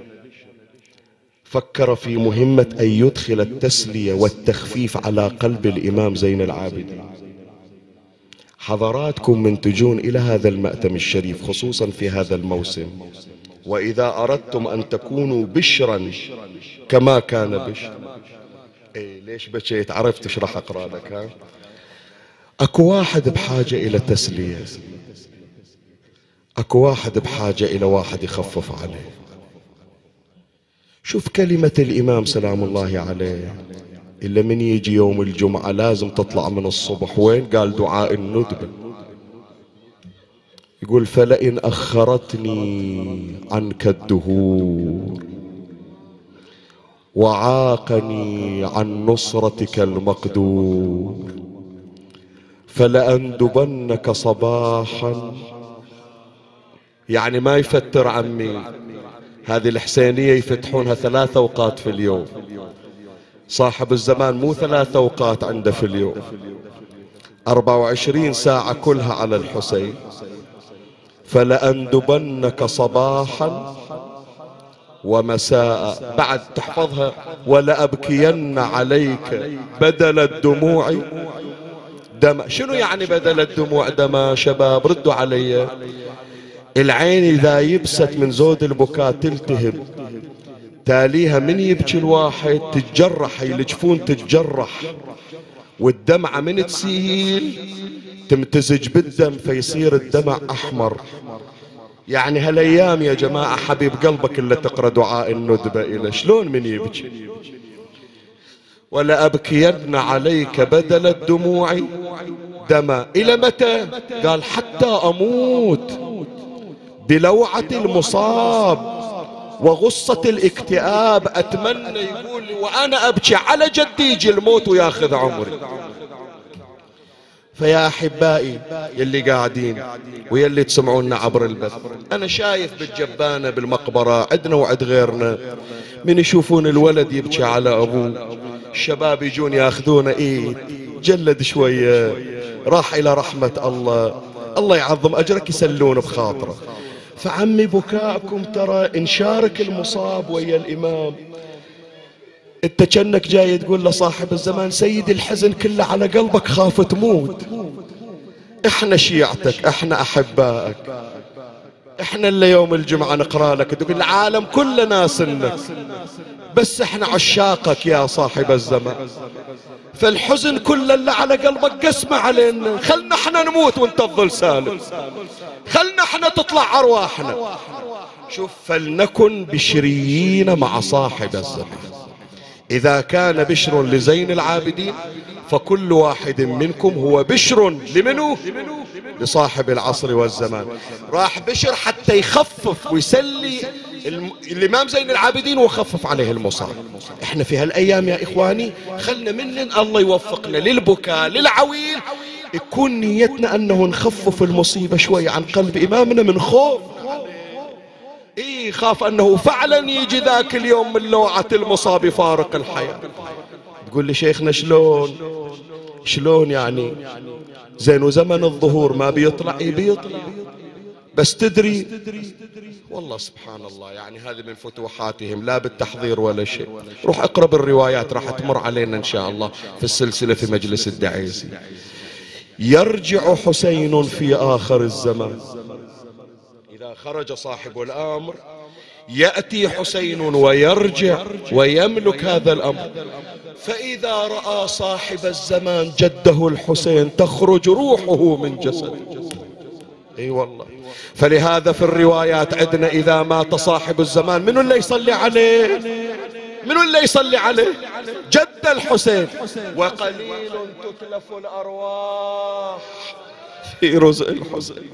فكر في مهمة أن يدخل التسلية والتخفيف على قلب الإمام زين العابدين، حضراتكم منتجون إلى هذا المأتم الشريف خصوصا في هذا الموسم، وإذا أردتم أن تكونوا بشرا كما كان بشر. ليش بكيت؟ عرفت ايش راح أقرأ لك. ها، أكو واحد بحاجة إلى تسلية، أكو واحد بحاجة إلى واحد يخفف عليه. شوف كلمة الإمام سلام الله عليه، إلا من يجي يوم الجمعة لازم تطلع من الصبح وين؟ قال دعاء الندبة. يقول فلئن أخرتني عنك الدهور وعاقني عن نصرتك المقدور فلأندبنك صباحا. يعني ما يفتر عمي، هذه الحسينية يفتحونها 3 أوقات في اليوم، صاحب الزمان مو 3 أوقات عنده في اليوم، 24 ساعة كلها على الحسين. فلأندبنك صباحا ومساء، بعد تحفظها، ولأبكين عليك بدل الدموع دما. شنو يعني بدل الدموع دما؟ شباب ردوا علي. العين إذا يبست من زود البكاء تلتهب، تاليها من يبكي الواحد تتجرح، الجفون تتجرح، والدمعة من تسيل تمتزج بالدم فيصير الدمع أحمر. يعني هالأيام يا جماعة حبيب قلبك اللي تقرأ دعاء الندبة إلى شلون من يبكي. ولا أبكين عليك بدل الدموع دما. إلى متى؟ قال حتى أموت بلوعة المصاب وغصة الاكتئاب. أتمنى يقول وأنا أبكي على جدي يجي الموت وياخذ عمري. فيا أحبائي يلي قاعدين ويلي تسمعونا عبر البث، أنا شايف بالجبانة بالمقبرة عندنا وعد غيرنا من يشوفون الولد يبكي على أبوه، الشباب يجون ياخذونه إيد جلد شوية راح إلى رحمة الله، الله يعظم أجرك، يسلون بخاطره. فعمي بكاءكم ترى انشارك المصاب ويا الإمام. انت كأنك جاي تقول لصاحب الزمان سيد الحزن كله على قلبك خاف تموت. احنا شيعتك، احنا احبائك، احنا اللي يوم الجمعة نقرأ لك تقول العالم كله ناسنك، بس احنا عشاقك يا صاحب الزمان. فالحزن كله اللي على قلبك قسمه علينا، خلنا احنا نموت وانت تظل سالم، خلنا احنا تطلع ارواحنا. شوف، فلنكن بشريين مع صاحب الزمان. إذا كان بشر لزين العابدين فكل واحد منكم هو بشر لمنه؟ لصاحب العصر والزمان. راح بشر حتى يخفف ويسلي الإمام زين العابدين ويخفف عليه المصاب. احنا في هالأيام يا إخواني خلنا من الله يوفقنا للبكاء للعويل، يكون نيتنا أنه نخفف المصيبة شوي عن قلب إمامنا من خوف. خاف أنه فعلا يجي ذاك اليوم من لوعة المصاب فارق الحياة. تقول لي شيخنا شلون يعني؟ زين وزمن الظهور ما بيطلع؟ بيطلع، بس تدري والله سبحان الله، يعني هذه من فتوحاتهم لا بالتحضير ولا شيء. روح اقرأ الروايات راح تمر علينا إن شاء الله في السلسلة في مجلس الدعيسي. يرجع حسين في آخر الزمان، إذا خرج صاحب الأمر يأتي حسين ويرجع ويملك هذا الأمر. فإذا رأى صاحب الزمان جده الحسين تخرج روحه من جسده. اي والله. فلهذا في الروايات عندنا إذا مات صاحب الزمان منو اللي يصلي عليه؟ منو اللي يصلي عليه؟ جد الحسين. وقليل تتلف الأرواح في رزق الحسين.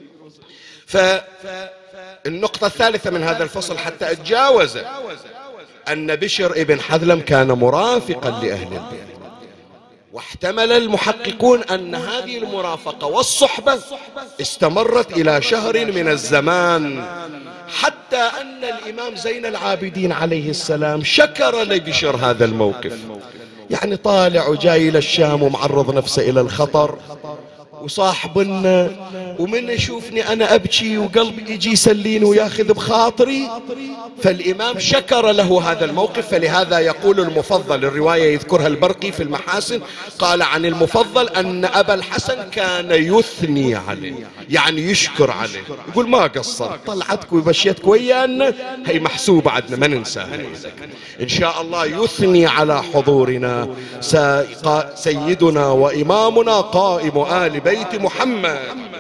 فالنقطة الثالثة من هذا الفصل حتى أتجاوز أن بشر ابن حذلم كان مرافقا لأهل البيت، واحتمل المحققون أن هذه المرافقة والصحبة استمرت إلى شهر من الزمان، حتى أن الإمام زين العابدين عليه السلام شكر لبشر هذا الموقف. يعني طالع وجاي إلى الشام ومعرض نفسه إلى الخطر وصاحبنا، ومن يشوفني أنا أبكي وقلبي يجي يسليني وياخذ بخاطري، فالإمام شكر له هذا الموقف. فلهذا يقول المفضل، الرواية يذكرها البرقي في المحاسن، قال عن المفضل أن أبا الحسن كان يثني عليه، يعني يشكر عليه، يقول ما قصر، طلعتك ومشيتك ويانا، هي محسوبة عندنا ما ننساها إن شاء الله. يثني على حضورنا سيدنا وإمامنا قائم آل بيت محمد.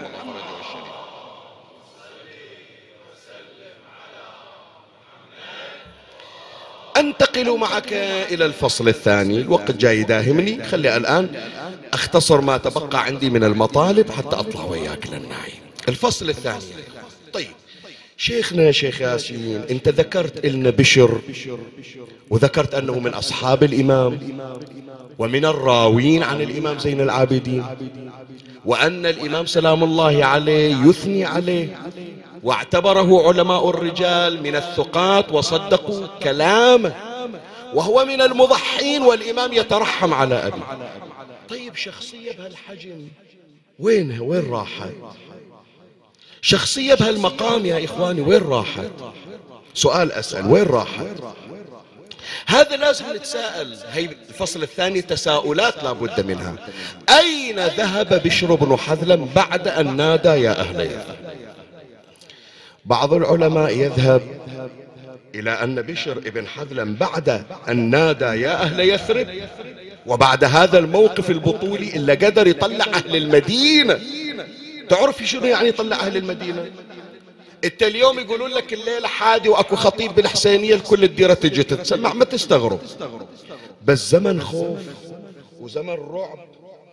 أنتقل معك إلى الفصل الثاني، الوقت جاي يداهمني، خلي الآن أختصر ما تبقى عندي من المطالب حتى أطلع وياك للنعيم. الفصل الثاني. طيب شيخنا شيخ ياسين، أنت ذكرت لنا بشر وذكرت أنه من أصحاب الإمام ومن الراوين عن الإمام زين العابدين، وأن الإمام سلام الله عليه يثني عليه واعتبره علماء الرجال من الثقات وصدقوا كلامه، وهو من المضحين والإمام يترحم على أبيه. طيب شخصية بهالحجم وينها؟ وين راحت؟ شخصية بهالمقام يا إخواني وين راحت؟ سؤال أسأل، وين راحت؟ هذا لازم نتساءل. هي الفصل الثاني تساؤلات لا بد منها. أين ذهب بشر بن حذلم بعد أن نادى يا أهل يثرب؟ بعض العلماء يذهب إلى أن بشر بن حذلم بعد أن نادى يا أهل يثرب وبعد هذا الموقف البطولي إلا قدر يطلع أهل المدينة. تعرف شنو يعني يطلع أهل المدينة؟ انت اليوم يقولون لك الليلة حادي واكو خطيب بالحسينية الكل الديرة تجي تتسمع، ما تستغرب، بس زمن خوف وزمن رعب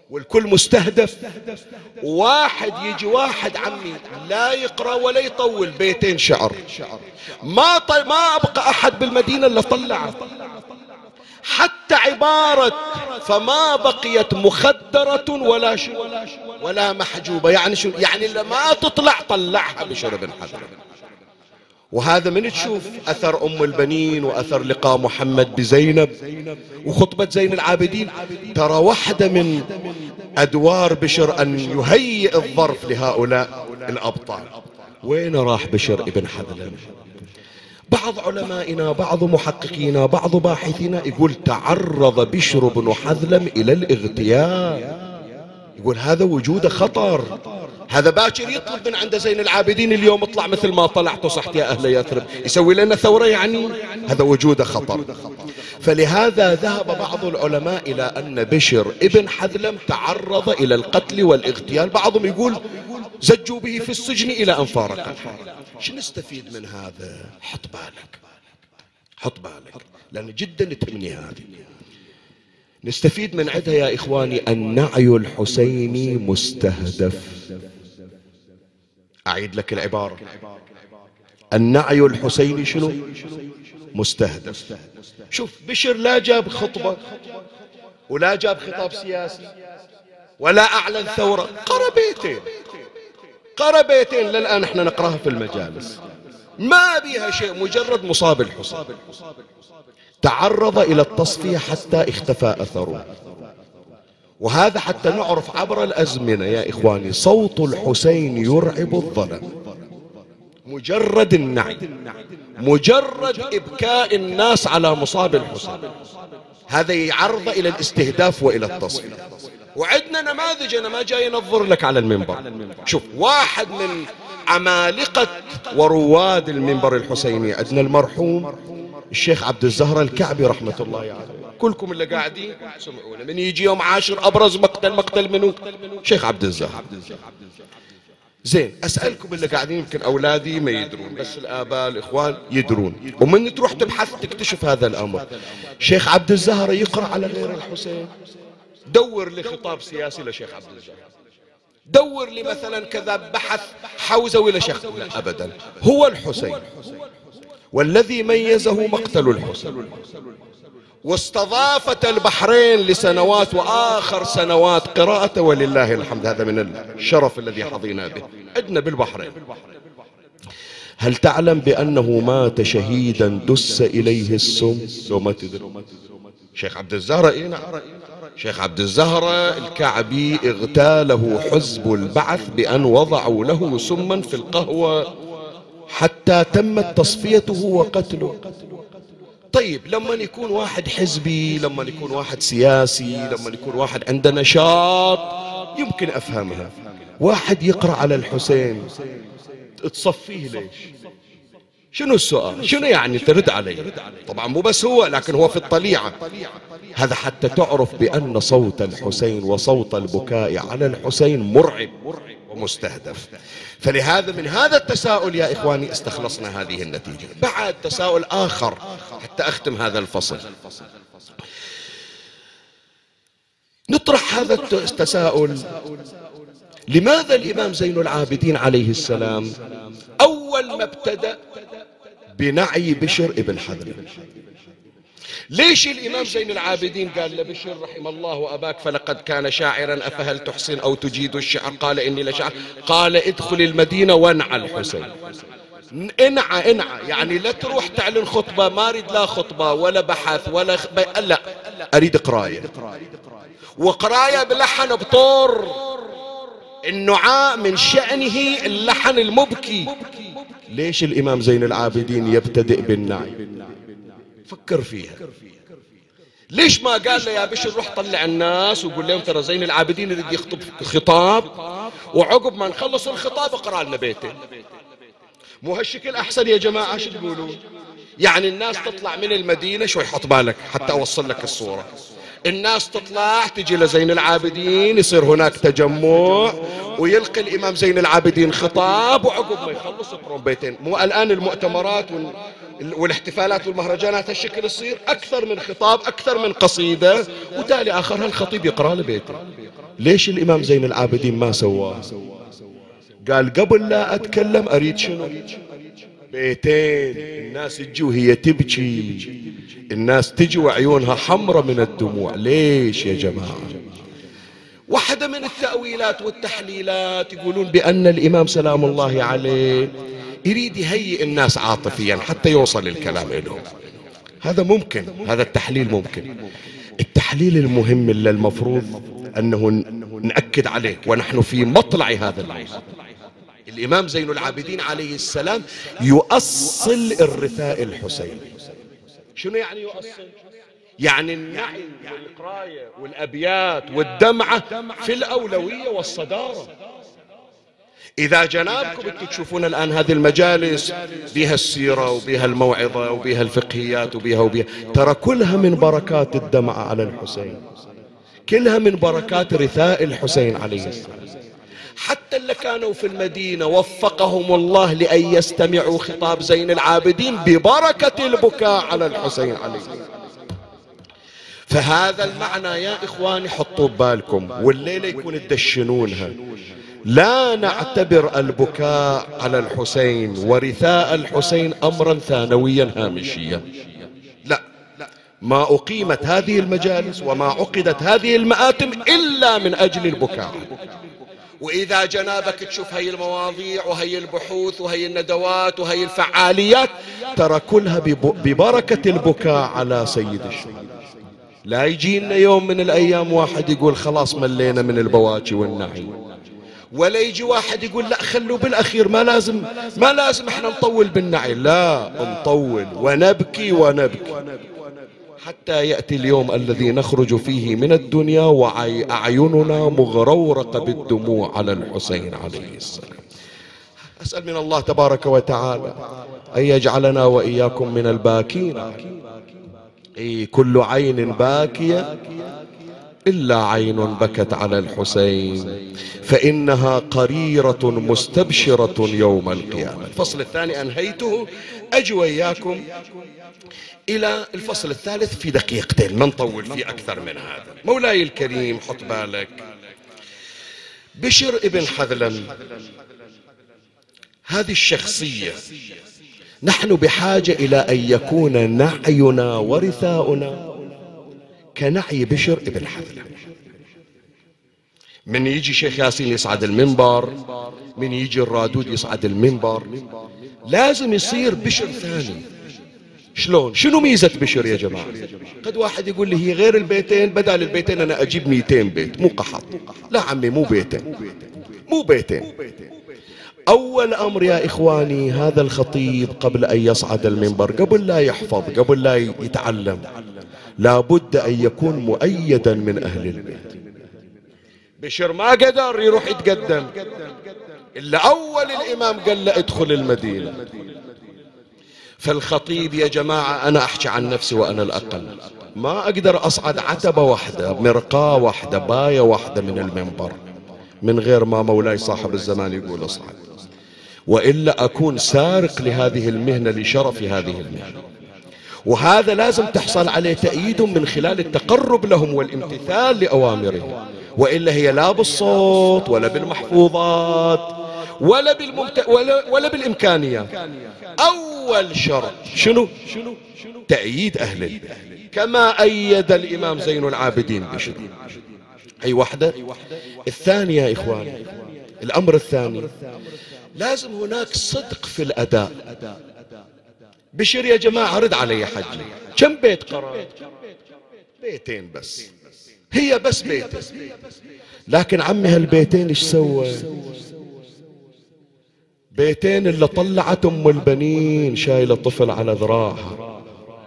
والكل مستهدف، واحد يجي واحد عمي لا يقرأ ولا يطول بيتين شعر، ما أبقى أحد بالمدينة إلا طلعه، حتى عبارة فما بقيت مخدرة ولا محجوبة، يعني شو يعني؟ لما تطلع طلعها بشر بن حذلم. وهذا من تشوف أثر أم البنين وأثر لقاء محمد بزينب وخطبة زين العابدين، ترى واحدة من أدوار بشر أن يهيئ الظرف لهؤلاء الأبطال. وين راح بشر ابن حذلم؟ بعض علمائنا، بعض محققينا، بعض باحثينا يقول تعرض بشر بن حذلم إلى الاغتيال، يقول هذا وجوده خطر، هذا باكر يطلب من عند زين العابدين اليوم اطلع مثل ما طلعت وصحت يا أهل يثرب، يسوي لنا ثورة، يعني هذا وجوده خطر. فلهذا ذهب بعض العلماء إلى أن بشر ابن حذلم تعرض إلى القتل والاغتيال، بعضهم يقول زجوا به في السجن إلى أن فارق الحياة. شو نستفيد من هذا؟ حط بالك لأن جدا تهمني هذه. نستفيد من عدها يا إخواني النعي الحسيني مستهدف. أعيد لك العبارة، النعي الحسيني شنو؟ مستهدف. شوف بشر لا جاب خطبة ولا جاب خطاب سياسي ولا أعلن ثورة، قرأ بيتين للآن احنا نقراها في المجالس، ما بيها شيء، مجرد مصاب الحسين. تعرض إلى التصفية حتى اختفى أثره، وهذا حتى نعرف عبر الأزمنة يا إخواني صوت الحسين يرعب الظلم. مجرد النعي، مجرد إبكاء الناس على مصاب الحسين، هذا يعرض إلى الاستهداف وإلى التصفية. وعندنا نماذج، أنا ما جاي أنظر لك على المنبر. شوف واحد من عمالقة ورواد المنبر الحسيني عندنا المرحوم الشيخ عبد الزهرة الكعبي رحمة الله عليه، كلكم اللي قاعدين سمعونا، من يجي يوم عاشر أبرز مقتل منه شيخ عبد الزهرة. زين أسألكم اللي قاعدين، يمكن أولادي ما يدرون بس الآباء الإخوان يدرون، ومن تروح تبحث تكتشف هذا الأمر. شيخ عبد الزهرة يقرأ على غير الحسين، دور لي خطاب سياسي لشيخ عبد الزهرة، دور لي مثلا كذا بحث حوزوي لشيخ، لا أبدا، هو الحسين، والذي ميزه مقتل الحسين. واستضافت البحرين لسنوات وآخر سنوات قراءته، ولله الحمد، هذا من الشرف الذي حظينا به عندنا بالبحرين. هل تعلم بأنه مات شهيدا دس إليه السم؟ لو ما تدري شيخ عبد الزهرة، إيه نعم، شيخ عبد الزهرة الكعبي اغتاله حزب البعث بأن وضعوا له سما في القهوة حتى تمت تصفيته وقتله. طيب لما يكون واحد حزبي، لما يكون واحد سياسي، لما يكون واحد عنده نشاط يمكن أفهمها، واحد يقرأ على الحسين تصفيه ليش؟ شنو السؤال؟ شنو يعني ترد عليه؟ طبعا مو بس هو، لكن هو في الطليعة. هذا حتى تعرف بأن صوت الحسين وصوت البكاء على الحسين مرعب ومستهدف. فلهذا من هذا التساؤل يا إخواني استخلصنا هذه النتيجة. بعد تساؤل آخر حتى أختم هذا الفصل، نطرح هذا التساؤل: لماذا الإمام زين العابدين عليه السلام أول ما ابتدأ بنعي بشر ابن حذلم، ليش الإمام زين العابدين قال لبشر رحم الله أباك فلقد كان شاعرا أفهل تحسن أو تجيد الشعر؟ قال إني لشاعر. قال ادخل المدينة وانعى الحسين. انعى يعني لا تروح تعلن خطبة، ما أريد لا خطبة ولا بحث ولا لا، أريد قراية، وقراية بلحن بطور. النعاء من شأنه اللحن المبكي. ليش الإمام زين العابدين يبتدئ بالنعي؟ فكر فيها. ليش ما قال له يا بشر روح طلع الناس وقول لهم ترى زين العابدين يريد يخطب خطاب، وعقب ما نخلص الخطاب اقرأ لنا بيته؟ مو هالشكل أحسن يا جماعة؟ شو تقولون؟ يعني الناس تطلع من المدينة، شوي حط بالك حتى أوصل لك الصورة، الناس تطلع تجي لزين العابدين، يصير هناك تجمع ويلقي الإمام زين العابدين خطاب، وعقب ما يخلص يقرون بيتين. مو الآن المؤتمرات والاحتفالات والمهرجانات هالشكل تصير أكثر من خطاب، أكثر من قصيدة، وتالي آخرها الخطيب يقرأ لبيته. ليش الإمام زين العابدين ما سواه؟ قال قبل لا أتكلم أريد شنو؟ بيتين الناس تجي وهي تبكي، الناس تجي وعيونها حمرة من الدموع. ليش يا جماعة؟ واحدة من التأويلات والتحليلات يقولون بأن الإمام سلام الله عليه يريد يهيئ الناس عاطفيا حتى يوصل الكلام لهم. هذا ممكن، هذا التحليل ممكن. التحليل المهم اللي المفروض أنه نأكد عليه ونحن في مطلع هذا العصر، الإمام زين العابدين عليه السلام يؤصل الرثاء الحسيني. شنو يعني يؤصل؟ يعني النعي والقراية والأبيات والدمعة في الأولوية والصدارة. إذا جنابكم انتم تشوفون الآن هذه المجالس بها السيرة وبها الموعظة وبها الفقهيات وبها ترى كلها من بركات الدمعة على الحسين، كلها من بركات رثاء الحسين عليه السلام. حتى اللي كانوا في المدينة وفقهم الله لأن يستمعوا خطاب زين العابدين ببركة البكاء على الحسين عليه السلام. فهذا المعنى يا إخواني حطوا ببالكم، والليلة يكون تدشنونها. لا نعتبر البكاء على الحسين ورثاء الحسين أمرا ثانويا هامشيا، لا، ما أقيمت هذه المجالس وما عقدت هذه المآتم إلا من أجل البكاء. وإذا جنابك تشوف هاي المواضيع وهي البحوث وهي الندوات وهي الفعاليات ترى كلها ببركة البكاء على سيد الشهداء. لا يجينا يوم من الأيام واحد يقول خلاص ملينا من البواكي والنعي، ولا يجي واحد يقول لا خلوا بالأخير ما لازم احنا نطول بالنعي. لا، نطول ونبكي ونبكي حتى يأتي اليوم الذي نخرج فيه من الدنيا وأعيننا مغرورقة بالدموع على الحسين عليه السلام. أسأل من الله تبارك وتعالى أن يجعلنا وإياكم من الباكين. كل عين باكية إلا عين بكت على الحسين فإنها قريرة مستبشرة يوم القيامة. الفصل الثاني أنهيته، أجي وإياكم إلى الفصل الثالث في دقيقتين، ما نطول فيه أكثر من هذا. مولاي الكريم حط بالك، بشر ابن حذلم هذه الشخصية نحن بحاجة إلى أن يكون نعينا ورثاؤنا كنعي بشر ابن حذلم. من يجي شيخ ياسين يصعد المنبر، من يجي الرادود يصعد المنبر، لازم يصير بشر ثاني. شلون؟ شنو ميزة بشر يا جماعة؟ قد واحد يقول لي هي غير البيتين، بدل البيتين أنا أجيب 200 بيت، مو قحط. لا عمي، مو بيتين، مو بيتين. أول أمر يا إخواني، هذا الخطيب قبل أن يصعد المنبر، قبل لا يحفظ، قبل لا يتعلم، لابد أن يكون مؤيدا من أهل البيت. بشر ما قدر يروح يتقدم إلا أول الإمام قال له ادخل المدينة. فالخطيب يا جماعة، أنا أحكي عن نفسي وأنا الأقل، ما أقدر أصعد عتبة واحدة، مرقاة واحدة، باية واحدة من المنبر من غير ما مولاي صاحب الزمان يقول اصعد، وإلا أكون سارق لهذه المهنة، لشرف هذه المهنة. وهذا لازم تحصل عليه تأييد من خلال التقرب لهم والامتثال لأوامرهم، وإلا هي لا بالصوت ولا بالمحفوظات ولا بالإمكانيات. أول شرط شنو؟ تأييد أهل البيت، كما أيد الإمام زين العابدين بشر. أي وحدة. الثانية يا إخواني، الأمر الثاني، لازم هناك صدق في الأداء. بشر يا جماعة رد علي حجي، كم بيت قرأ؟ بيتين بس، هي بس بيتين. لكن عمي هالبيتين ايش سوى؟ بيتين اللي طلعت ام البنين شايله طفل على ذراعها،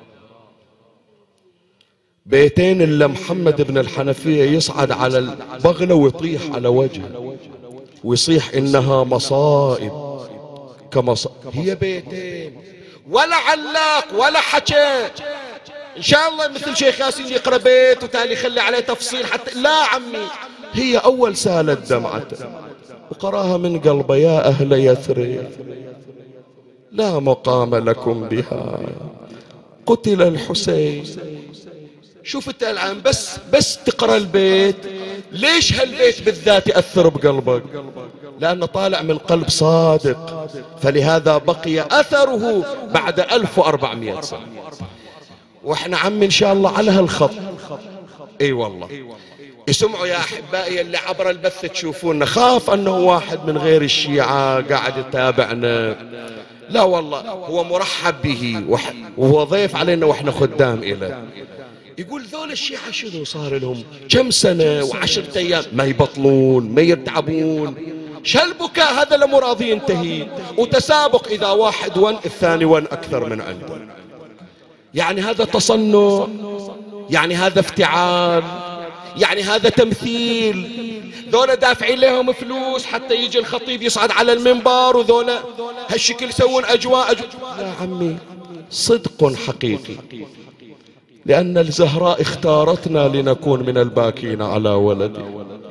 بيتين اللي محمد بن الحنفية يصعد على البغلة ويطيح على وجهه ويصيح إنها مصائب هي بيتين، ولا علاق ولا حكي. إن شاء الله مثل شيخ ياسين يقرأ بيت وتالي يخلي عليه تفصيل حتى، لا عمي، هي أول سالت دمعته وقراها من قلبه، يا أهل يثرب لا مقام لكم بها، قتل الحسين. شوف انت الآن بس تقرأ البيت، ليش هالبيت بالذات يأثر بقلبك؟ لأنه طالع من قلب صادق، فلهذا بقي أثره بعد 1400 سنة. واحنا عمي إن شاء الله على هالخط. اي والله اسمعوا يا أحبائي اللي عبر البث تشوفونا، خاف أنه واحد من غير الشيعة قاعد يتابعنا، لا والله هو مرحب به وهو ضيف علينا واحنا خدام إله. يقول ذول الشيعة شنو صار لهم كم سنة و10 أيام ما يبطلون ما يتعبون، شالبكاء هذا الأمر راضي ينتهي، وتسابق إذا واحد ون الثاني ون أكثر من عنده. يعني هذا تصنع، يعني هذا افتعال، يعني هذا تمثيل. ذولا دافعين لهم فلوس حتى يجي الخطيب يصعد على المنبر، وذولا هالشكل يسوون أجواء لا عمي، صدق حقيقي، لأن الزهراء اختارتنا لنكون من الباكين على ولدي،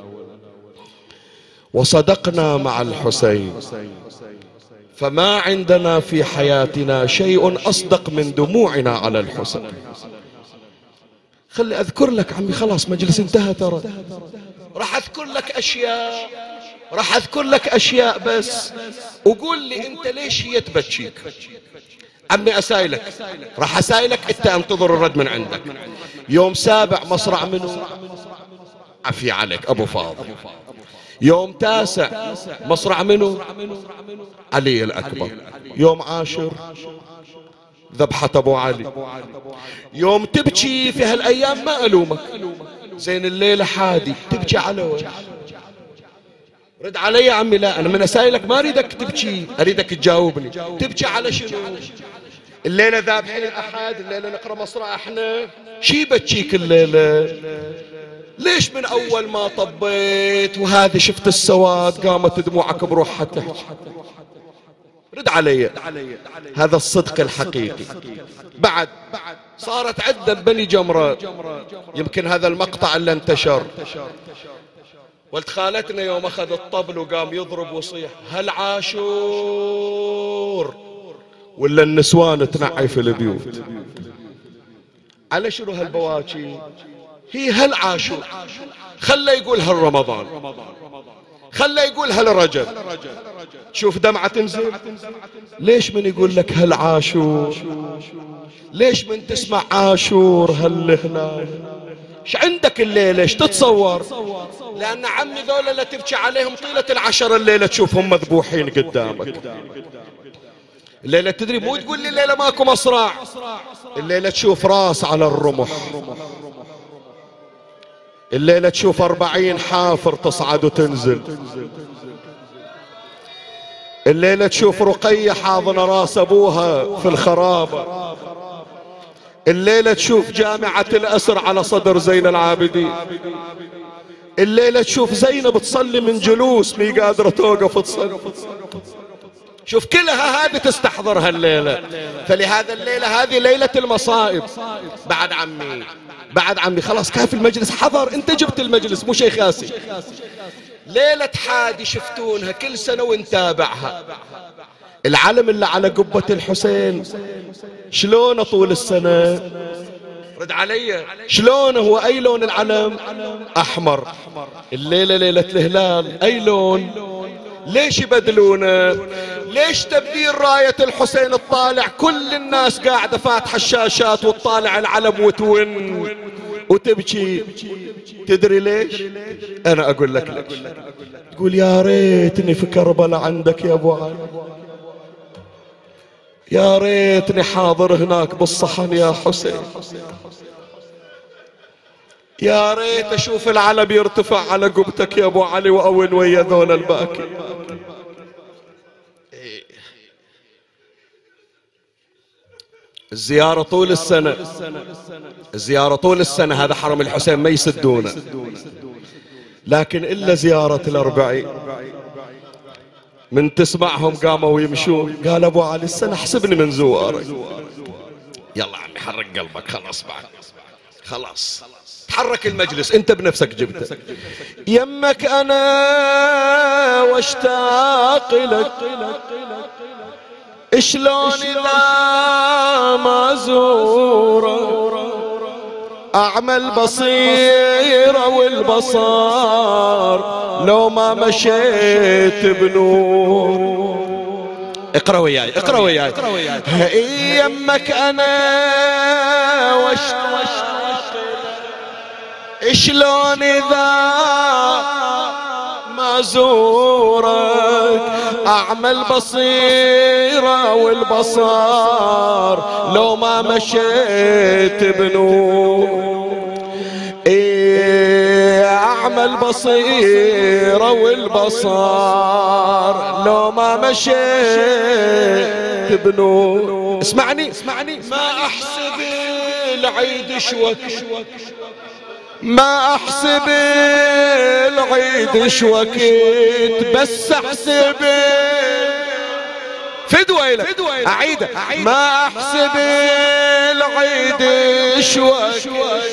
وصدقنا مع الحسين، فما عندنا في حياتنا شيء أصدق من دموعنا على الحسين. خلي أذكر لك عمي، خلاص مجلس انتهى ترى، راح أذكر لك أشياء بس، وقول لي أنت ليش هي تبكيك. عمي أسايلك، راح أسايلك أنت انتظر الرد من عندك. يوم 7 مصرع منو؟ عفي عليك أبو فاضل. يوم 9 مصرع منو؟ علي الأكبر. يوم 10 ذبحة أبو علي. يوم تبكي في هالأيام ما ألومك، زين الليلة حادي تبكي على وين؟ رد علي يا عمي. لا أنا من أسايلك ما أريدك تبكي، أريدك تجاوبني. تبكي على شنو؟ الليلة ذابحين الأحد، الليلة نقرأ مصرع احنا، شي بتشيك الليلة؟ ليش من أول ما طبيت وهذه شفت السواد قامت دموعك بروحها تحكي؟ رد علي. هذا الصدق الحقيقي. بعد صارت عدة بني جمرة، يمكن هذا المقطع اللي انتشر، ولد خالتنا يوم أخذ الطبل وقام يضرب ويصيح هل عاشور، ولا النسوان تنعي في البيوت. على شنو هالبواكي؟ هي هل عاشور، خلى يقول هل رمضان، خلى يقول هل رجب. شوف دمعة تنزل. ليش من يقول لك هل عاشور؟ ليش من تسمع عاشور هل هلال؟ ايش عندك الليلة؟ ايش تتصور؟ لأن عمي ذولا اللي تبكي عليهم طيلة العشر الليلة تشوفهم مذبوحين قدامك. الليلة تدري مو تقول لي الليلة ماكو مصرع، الليلة تشوف راس على الرمح، الليلة تشوف 40 حافر تصعد وتنزل، الليلة تشوف رقية حاضنة راس أبوها في الخرابة، الليلة تشوف جامعة الأسر على صدر زين العابدين، الليلة تشوف زينب تصلي من جلوس مي قادرة توقف تصلي. شوف كلها هذه تستحضرها الليلة. فلهذا الليلة هذه ليلة المصائب. بعد عمي خلاص كافي المجلس حضر، انت جبت المجلس مو شيء خاسي. ليلة حادي شفتونها كل سنة ونتابعها. العلم اللي على قبة الحسين شلونه طول السنة؟ رد علي. شلونه هو؟ اي لون العلم؟ احمر. الليلة ليلة الهلال اي لون؟ ليش يبدلونه؟ ليش تبديل راية الحسين الطالع كل الناس قاعدة فاتحة الشاشات وتطالع العلم وتون وتبكي؟ تدري ليش؟ انا اقول لك ليش. تقول يا ريتني في كربلاء عندك يا ابو علي، يا ريتني حاضر هناك بالصحن يا حسين، يا ريت اشوف العلم يرتفع على قبتك يا ابو علي واون ويا ذول الباكي. الزيارة طول السنة، الزيارة طول السنة، هذا حرم الحسين ما يسدونه، لكن إلا زيارة الأربعين من تسمعهم قاموا ويمشون. قال أبو علي السنة حسبني من زوارك. يلا عمي حرك قلبك، خلاص بعد خلاص تحرك المجلس، انت بنفسك جبته. يمك انا واشتاق لك شلون إذا ما زوره أعمى البصيرة والبصار لو ما مشيت بنور. اقرأ وياي اقرأ وياي. يمك أنا واشتاق شلون إذا ما زورك أعمى البصيرة والبصار لو ما مشيت بنور. أعمى البصيرة والبصار لو ما مشيت بنور. اسمعني ما أحسب العيد شوك ما أحسب العيد شوكت بس أحسب فدويلة أعيد ما أحسب العيد شوكت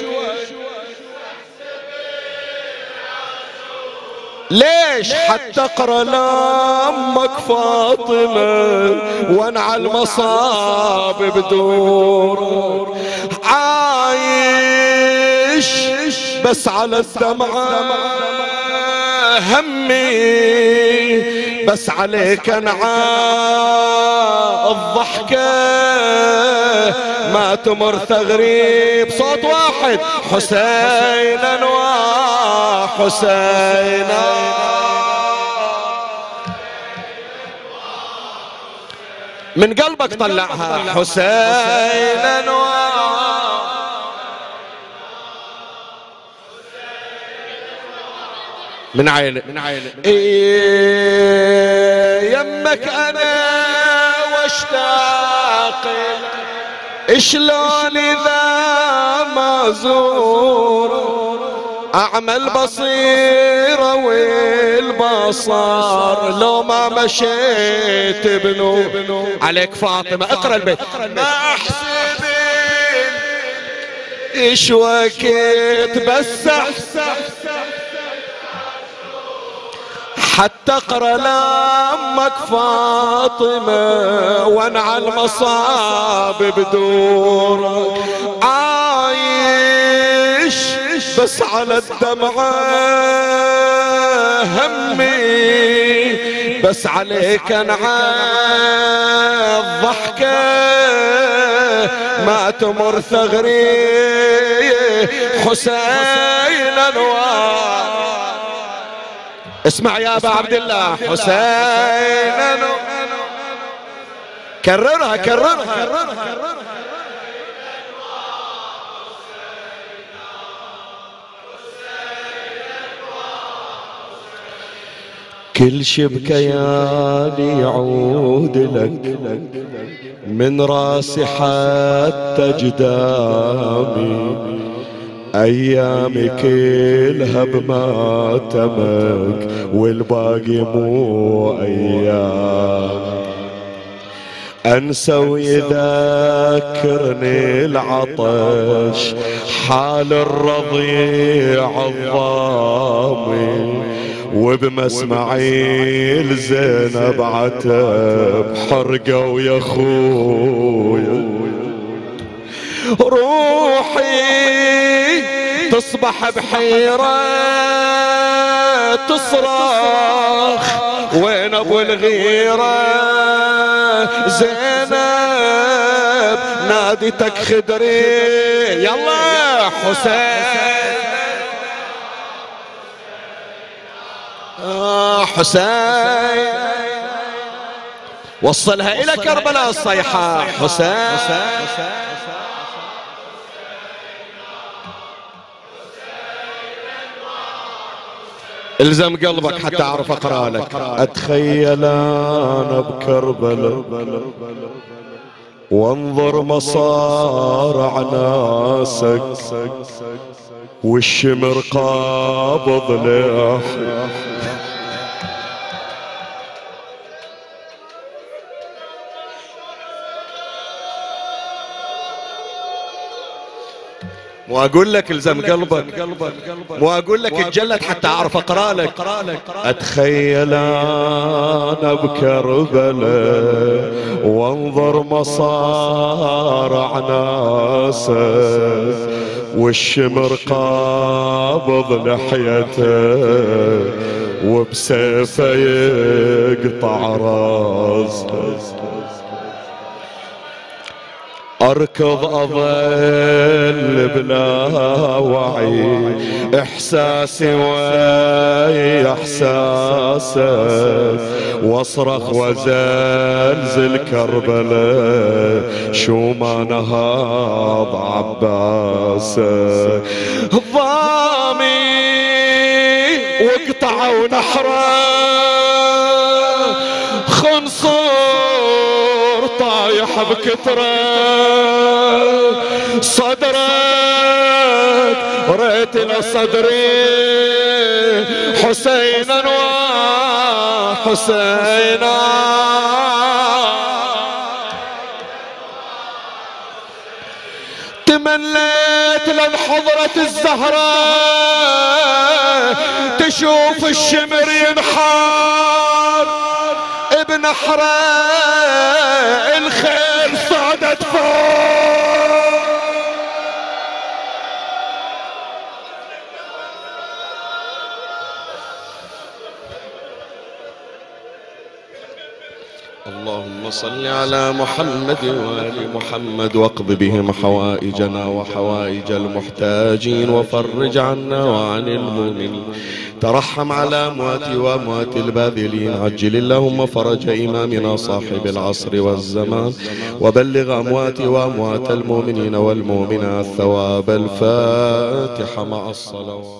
ليش حتى اقرا لامك فاطمه وانعى المصاب بدور. عايش بس على الدمعه همي بس عليك انعى الضحكه ما تمر ثغري. بصوت واحد حسينا وحسينا من قلبك طلعها. حسينا من عيني يمك انا واشتاق شلون اذا ما زور اعمى البصيرة والبصار لو ما مشيت بنور. عليك فاطمة اقرأ البيت. ما احسب ايش وقت بس حتى اقرا لامك فاطمه وانعى المصاب بدور. عايش بس على الدمعه همي بس عليك انعى الضحكه ما تمر ثغري. حسين انوار اسمع يا ابا عبد الله. حسين كررها كل شبكياني يعود لك من راسي حتى جدامي ايامي كلها بماتمك والباقي مو ايام. انسى ويذكرني العطش حال الرضيع الضامي وبمسمعي لزينب عتب حرقوا يا خويا. روحي تصبح بحيرة تصرخ وين ابو الغيرة زينب نادتك خدري. يلا حسين حسين وصلها الى كربلاء الصيحة. حسين الزم قلبك حتى اعرف اقرا لك. اتخيل انا بكربلاء وانظر مصارع ناسك والشمر قابض لحي مو اقول لك الزم قلبك، مو اقول لك اتجلد حتى اعرف اقرا لك. اتخيل انا بكربلاء وانظر مصارع ناسه والشمر قابض لحيته وبسيفه يقطع راسه. اركض اظل بلا وعي احساسي ويا احساسه واصرخ وزلزل كربلاء شو ما نهض عباسه. ضامي وقطعوا نحره خنصر طايح بكتره صدرك ريت لصدري حسينا وحسينا. تمنيت لن حضرة الزهراء تشوف الشمر ينحار بنحره الخيل صعدت فوق. اللهم صل على محمد وآل محمد واقض بهم حوائجنا وحوائج المحتاجين وفرج عنا وعن المؤمنين. ترحم على أمواتي وأموات الباذلين. عجل اللهم فرج إمامنا صاحب العصر والزمان وبلغ أمواتي وأموات المؤمنين والمؤمنات ثواب الفاتحة مع الصلوات.